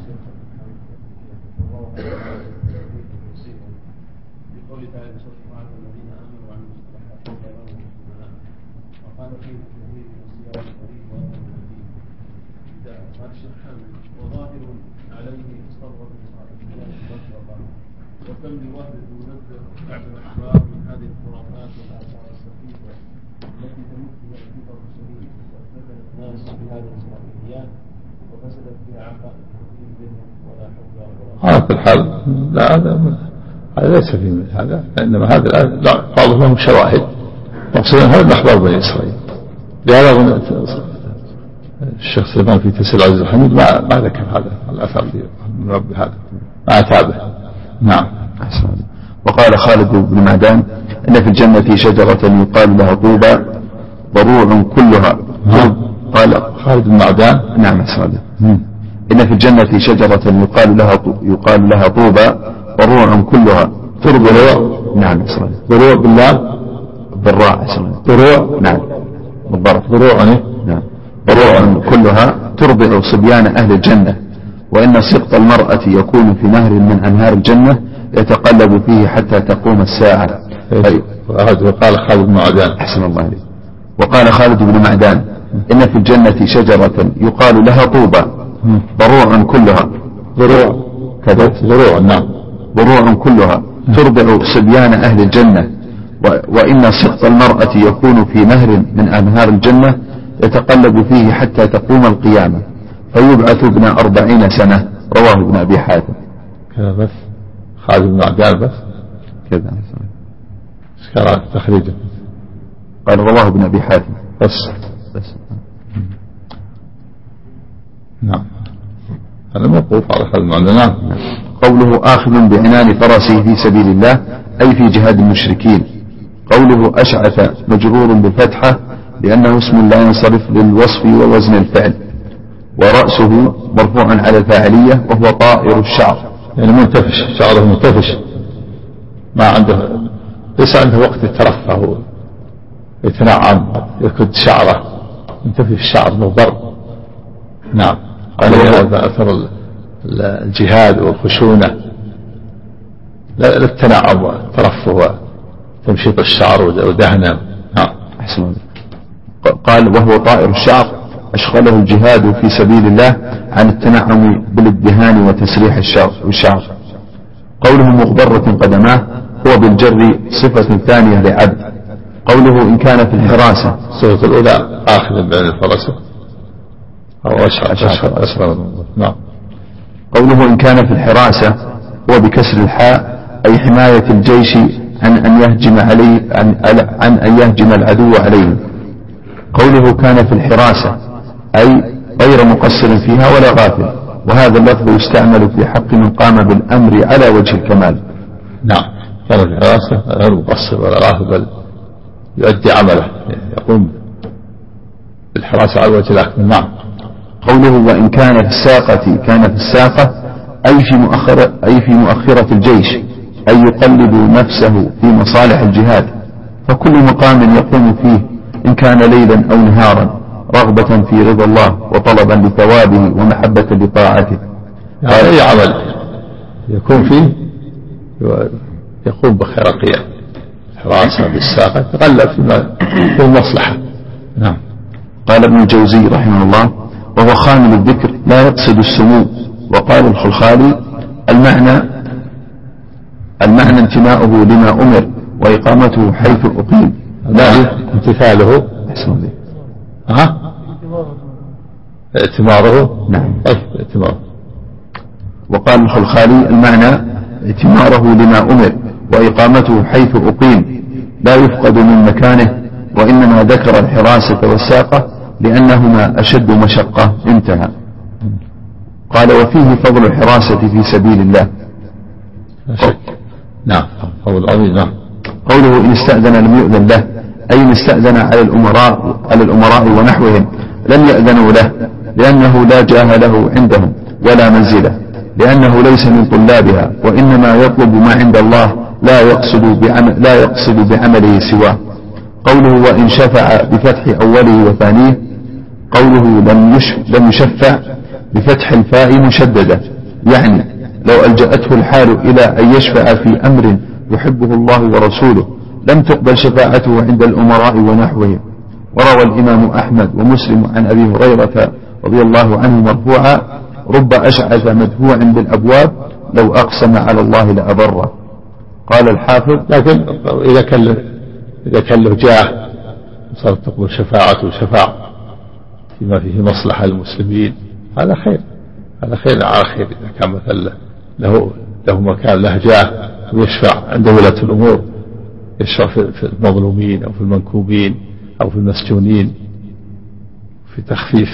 على كل حال لا هذا هذا ليس في هذا، إنما هذا بعضهم لهم شواهد مقصودا هذا من أخبار بني إسرائيل. لهذا الشيخ سليمان في تفسير العزيز الحميد ما ما ذكر هذا الأثر من رب هذا ما أتابه. نعم. وقال خالد بن معدان إن في الجنة شجرة يقال لها طوبى ضروع كلها. قال خالد بن معدان نعم صادق. إن في الجنة شجرة يقال لها يقال لها طوبى ضروع كلها تربع. نعم صادق. ضروع بالله بالراء. ضروع نعم بالضرب. ضروع يعني نعم ضروع كلها تربع صبيان أهل الجنة. وإن سقط المرأة يكون في نهر من أنهار الجنة يتقلب فيه حتى تقوم الساعة. وقال خالد بن معدان أحسن الله عليك. وقال خالد بن معدان إن في الجنة شجرة يقال لها طوبى ضروع كلها ضروع كذا ضروع نعم ضروع كلها تربع صبيان أهل الجنة. وإن سقط المرأة يكون في نهر من أنهار الجنة يتقلب فيه حتى تقوم القيامة فيبعث ابن أربعين سنة. رواه ابن أبي حاتم. كذا بس خالد بن معدان بس كذا سكرات تخريجه قال رواه ابن أبي حاتم بس بس نعم هذا موقوف على خالد بن معدان. نعم. قوله آخذ بعنان فرسه في سبيل الله أي في جهاد المشركين. قوله أشعث مجرور بالفتحة لأنه اسم لا ينصرف للوصف ووزن الفعل. ورأسه مرفوع على الفاعلية وهو طائر الشعر يعني منتفش شعره منتفش ما عنده ليس عنده وقت الترفه يتنعم يركض شعره منتفش الشعر مضر. نعم هذا أثر الجهاد والخشونة لا التنعم والترفه وتمشيط الشعر ودهنه. نعم قال وهو طائر الشعر أشغله الجهاد في سبيل الله عن التنعم بالادهان وتسريح الشعر. قوله مغبرة قدماه هو بالجر صفة ثانية لعبد. قوله إن كان في الحراسة الصفة الأولى آخذ بين الفرس أو أشغل أشغل. نعم. قوله إن كان في الحراسة هو بكسر الحاء أي حماية الجيش عن أن يهجم عليه عن, عن أن يهجم العدو عليه. قوله كان في الحراسة أي غير مقصر فيها ولا غافل، وهذا اللفظ يستعمل في حق من قام بالأمر على وجه الكمال. نعم. كان في الحراسة غير مقصر ولا غافل بل يؤدي عمله، يقوم بالحراسة على وجه الأكمل. نعم. قوله وإن كان في الساقة كان في الساقة أي في مؤخرة أي في مؤخرة الجيش، أي يقلب نفسه في مصالح الجهاد، فكل مقام يقوم فيه إن كان ليلا أو نهارا رغبة في رضا الله وطلبا لثوابه ومحبة لطاعته. يعني أي عمل يكون فيه يقوم بخيرقية حراسة بالساقة تغلب في المصلحة. نعم. قال ابن الجوزي رحمه الله وهو خامل الذكر لا يقصد السمو. وقال الخلخالي المعنى المعنى انتماؤه لما أمر وإقامته حيث أقيم، لا امتثاله. ها ائتماره. نعم. ائتماره. وقال الخلخالي المعنى ائتماره لما أمر وإقامته حيث أقيم لا يفقد من مكانه، وإنما ذكر الحراسة والساقة لأنهما أشد مشقة. انتهى. قال وفيه فضل الحراسة في سبيل الله. نعم. فضل عظيم. نعم. قوله إن استأذن لم يؤذن له أي إن استأذن على الأمراء على الأمراء ونحوهم لم يأذنوا له لأنه لا جاه له عندهم ولا منزله، لأنه ليس من طلابها، وإنما يطلب ما عند الله لا يقصد بعمل لا يقصد بعمله سواه. قوله وإن شفع بفتح أوله وثانيه قوله لم لم يشفع بفتح الفاء مشددة، يعني لو ألجأته الحال إلى أن يشفع في أمر يحبه الله ورسوله لم تقبل شفاعته عند الأمراء ونحوهم. وروى الإمام أحمد ومسلم عن أبي هريرة رضي الله عنه مرفوعا رب أشعث مدفوع بالأبواب لو أقسم على الله لأبره. قال الحافظ لكن إذا كان إذا كان له جاه صارت تقبل شفاعته شفاعة فيما فيه مصلحة المسلمين هذا خير، هذا خير على خير. إذا كان مثلا له له مكان له جاه ويشفع عند ولاة الأمور، يشفع في المظلومين أو في المنكوبين أو في المسجونين في تخفيف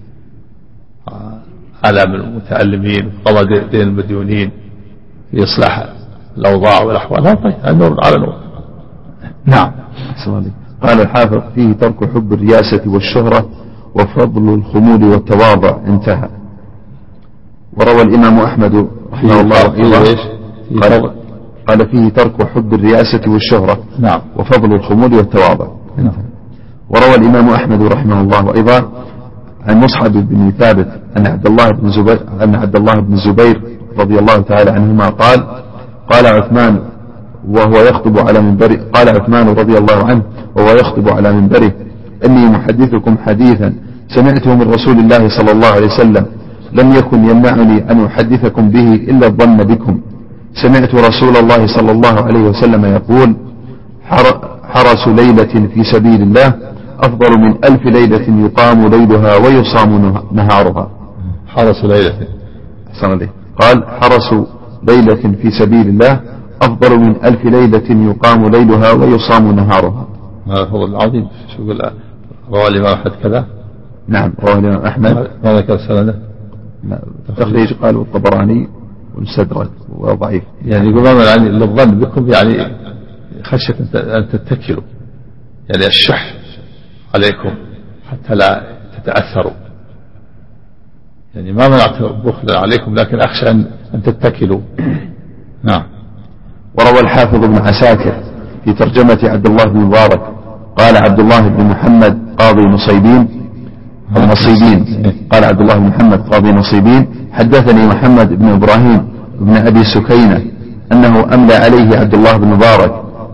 آلام المتألمين، قضاء دين المديونين، في إصلاح الأوضاع والأحوال. هذا طيب، النور على نور. نعم. قال الحافظ فيه ترك حب الرياسة والشهرة وفضل الخمول والتواضع. انتهى. وروى الإمام أحمد رحمه الله قال, قال فيه ترك حب الرياسة والشهرة. نعم. وفضل الخمول والتواضع. نعم. وروى الإمام أحمد رحمه الله وأيضا عن مصعب بن ثابت أن عبد الله بن زبير أن عبد الله بن الزبير رضي الله تعالى عنهما قال قال عثمان وهو يخطب على منبره قال عثمان رضي الله عنه وهو يخطب على منبره إني محدثكم حديثا سمعته من رسول الله صلى الله عليه وسلم لم يكن يمنعني أن أحدثكم به إلا الظن بكم. سمعت رسول الله صلى الله عليه وسلم يقول حرس ليلة في سبيل الله أفضل من ألف ليلة يقام ليلها ويصام نهارها. حرس ليلة قال حرس ليلة في سبيل الله أفضل من ألف ليلة يقام ليلها ويصام نهارها. هذا فضل عظيم. شو يقول رواه الإمام أحمد كذا؟ نعم رواه الإمام أحمد. ما ذكر سنده؟ تخريج قال الطبراني والمستدرك وضعيف. يعني يقول ما يعني للظن بكم يعني خشية أن تتكلوا، يعني الشح عليكم حتى لا تتأثروا، يعني ما منعت بخلا عليكم لكن أخشى أن تتكلوا. نعم. وروى الحافظ ابن عساكر في ترجمة عبد الله بن مبارك قال عبد الله بن محمد قاضي نصيبين النصيبين قال عبد الله بن محمد قاضي نصيبين حدثني محمد بن إبراهيم بن أبي سكينة أنه أملى عليه عبد الله بن مبارك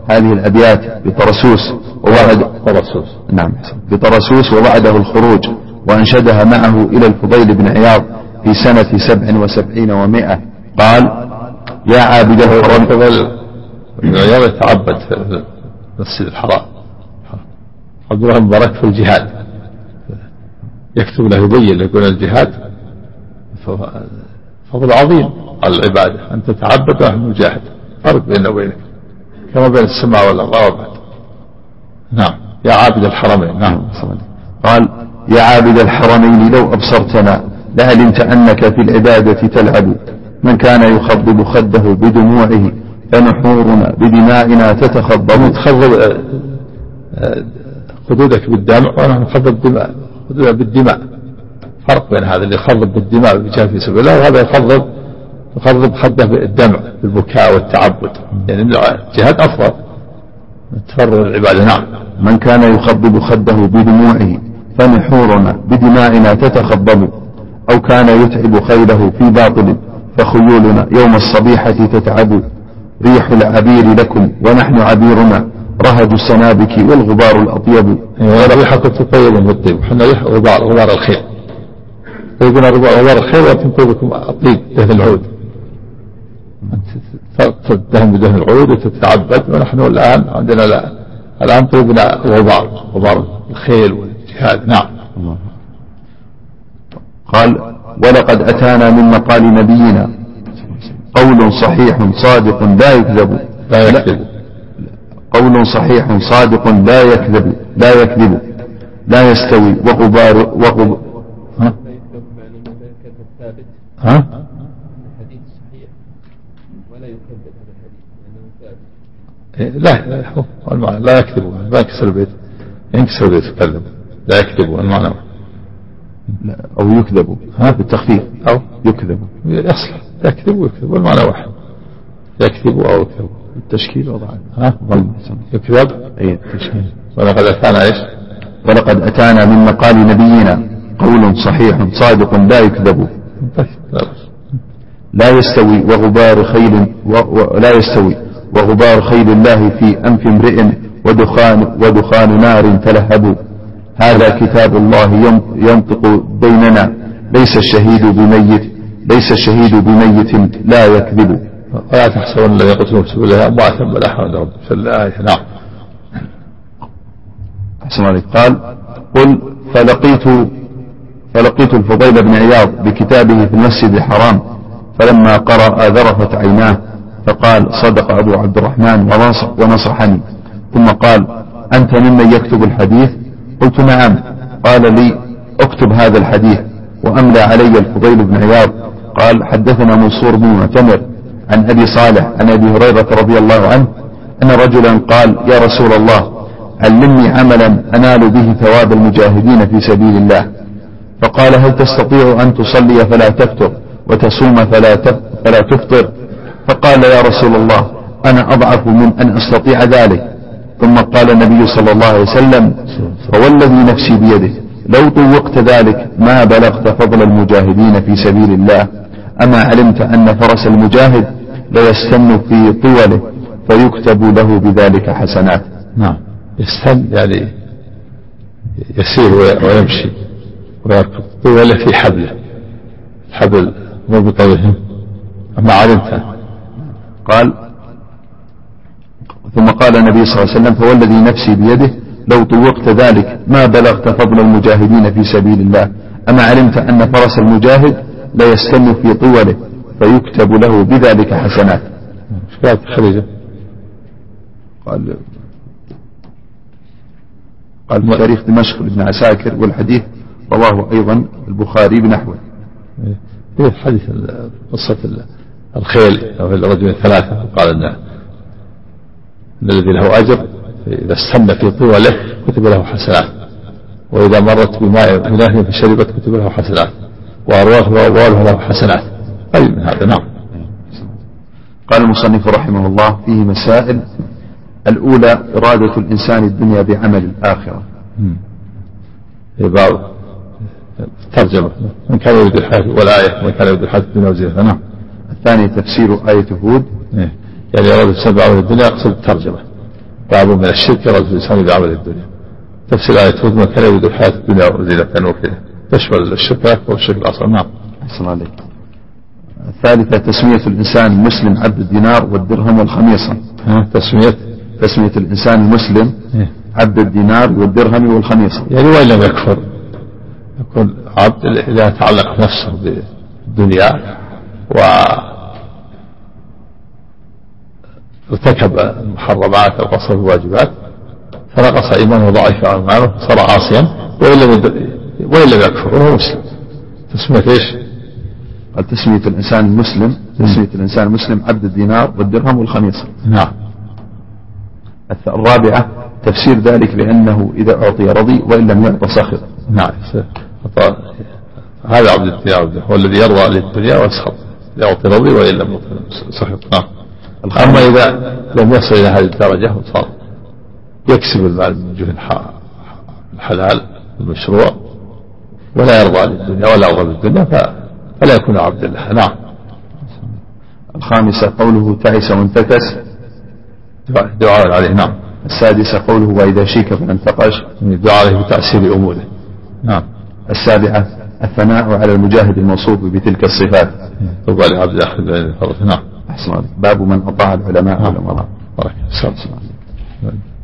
هذه الأبيات بطرسوس ووعد طرسوس نعم بطرسوس ووعده الخروج، وأنشدها معه إلى الفضيل بن عياض في سنة سبع وسبعين ومائة. قال: يا عابد الحرم. الفضيل بن عياض يتعبد في المسجد الحرام، عبد الله المبارك في الجهاد يكتب له يبين يقول الجهاد فضل عظيم على العبادة، أن تتعبد ونحن نجاهد، فرق بيننا وبينك كما بين السماء والأرض. نعم. يا عابد الحرمين. نعم. قال: يا عابد الحرمين لو أبصرتنا لعلمت أنك في العبادة تلعب، من كان يخضب خده بدموعه فنحورنا بدمائنا تتخضب. تخضب خدودك بالدمع ونحن نخضب دماء خدودك بالدماء، فرق بين هذا اللي يخضب بالدماء بجاه في سبيل الله، وهذا يخضب يخضب خده بالدمع بالبكاء والتعبد، يعني الجهاد أفضل تفرغ العبادة. نعم. من كان يخضب خده بدموعه فنحورنا بدمائنا تتخضب، أو كان يتعب خيله في باطل فخيولنا يوم الصبيحة تتعب. ريح العبير لكم ونحن عبيرنا رهج السنابك والغبار الأطيب. ريحكم تطيب بالطيب، حنا ريح غبار غبار الخيل، يقولون غبار الخيل وأنتم طيبكم الطيب دهن العود، تدهن بدهن العود وتتعبد، ونحن الآن عندنا لا. الآن طيبنا غبار غبار الخيل والجهاد. نعم. قال: ولقد أتانا من مقال نبينا قول صحيح صادق لا يكذب لا يكذب قول صحيح صادق لا يكذب لا يكذب لا يستوي وغبار وغب ها ها الحديث صحيح ولا يكذب هذا الحديث لأنه ثابت. لا هو المعنى لا يكذب، ما يكسر البيت ينكسر البيت يتكلم لا يكذب المعنى أو يكذب ها بالتخفيف أو يكذب يصلح يكذب ويكذب والمعنى واحد، يكذب أو يكذب التشكيل وضع ها يكذب أي التشكيل. ولقد أتانا إيش ولقد أتانا من مقال نبينا قول صحيح صادق لا يكذب لا يستوي وغبار خيل ولا يستوي وغبار خيل الله في أنف امرئ ودخان ودخان نار تلهب. هذا كتاب الله ينطق بيننا ليس الشهيد بميت ليس الشهيد بميت لا يكذب. ولا تحسبن الذين قتلوا في سبيل الله أمواتا بل أحياء عند ربهم في الآية. نعم. أحسن عليك. قال: قل فلقيت فلقيت الفضيل بن عياض بكتابه في المسجد الحرام، فلما قرأ ذرفت عيناه فقال: صدق أبو عبد الرحمن ونصحني. ثم قال: أنت ممن يكتب الحديث؟ قلت: نعم. قال لي: اكتب هذا الحديث. وأملى علي الفضيل بن عياض. قال: حدثنا منصور بن معتمر عن أبي صالح عن أبي هريرة رضي الله عنه أن رجلا قال: يا رسول الله علمني عملا أنال به ثواب المجاهدين في سبيل الله. فقال: هل تستطيع أن تصلي فلا تفطر وتصوم فلا فلا تفطر؟ فقال: يا رسول الله أنا أضعف من أن أستطيع ذلك. ثم قال النبي صلى الله عليه وسلم: فوالذي نفسي بيده لو طوقت ذلك ما بلغت فضل المجاهدين في سبيل الله. أما علمت أن فرس المجاهد ليستن في طوله فيكتب له بذلك حسنات. نعم. يستن يعني يسير ويمشي ويركض طوله في حبله الحبل مربوط به. أما علمت. قال: ثم قال النبي صلى الله عليه وسلم: فوالذي نفسي بيده لو طوقت ذلك ما بلغت فضل المجاهدين في سبيل الله. أما علمت أن فرس المجاهد لا يستن في طوله فيكتب له بذلك حسنات. شكرا خديجة. قال قال في تاريخ دمشق لابن عساكر، والحديث رواه أيضا البخاري بنحوه. في حديث قصة الخيل أو الرجل ثلاثة قال أن الذي له أجر إذا استنى في طوله كتب له حسنات، وإذا مرت بماء مناه فشربت كتب له حسنات، وأرواه وأبواله له حسنات. أي من هذا. نعم. قال المصنف رحمه الله: فيه مسائل. الأولى إرادة الإنسان الدنيا بعمل الآخرة. بعض ترجمة من كان يريد الحياة والآية ومن كان يريد الحياة الدنيا وزينتها. نعم. الثاني تفسير آية هود. يعني إرادة الإنسان بعمل الدنيا أقصد الترجمة. باب من الشرك يرد الإنسان بعمل الدنيا. تفسير آية هود: من كان يريد الحياة الدنيا وزينتها وكذا، تشمل الشرك الأكبر والشرك الأصغر. نعم. أحسن عليك. الثالثة تسمية الإنسان المسلم عبد الدينار والدرهم والخميصة. تسمية تسمية الإنسان المسلم عبد الدينار والدرهم والخميصة، يعني وإن لم يكفر يكون عبد إذا تعلق نفسه بالدنيا وارتكب المحرمات أو قصر الواجبات فنقص إيمانه وضعف أعماله صار عاصيا وإن لم وإن لم يكفر وهو مسلم. تسمية إيش؟ قال تسمية الإنسان المسلم تسمية الإنسان المسلم عبد الدينار والدرهم والخميصة. نعم. الرابعة تفسير ذلك بأنه إذا أعطي رضي وإن لم يعط سخط. نعم. هذا عبد الدنيا هو الذي يرضى للدنيا ويسخط، يعطي رضي وإن لم يعط سخط. نعم. أما إذا لم يصل إلى هذه الدرجة وصار يكسب المال من وجه الحلال المشروع ولا يرضى للدنيا ولا يرضى بالدنيا فلا يكون عبد الله. نعم. الخامسة قوله تعس وانتكس، دعاء عليه. نعم. السادسة قوله وإذا شيك فلانتقش، دعاء عليه بتعسير أموره. نعم. السابعة الثناء على المجاهد الموصوف بتلك الصفات. طوبى لعبد أخذ بين الفرس. نعم. أحسن. باب من أطاع العلماء والأمراء. بارك الله.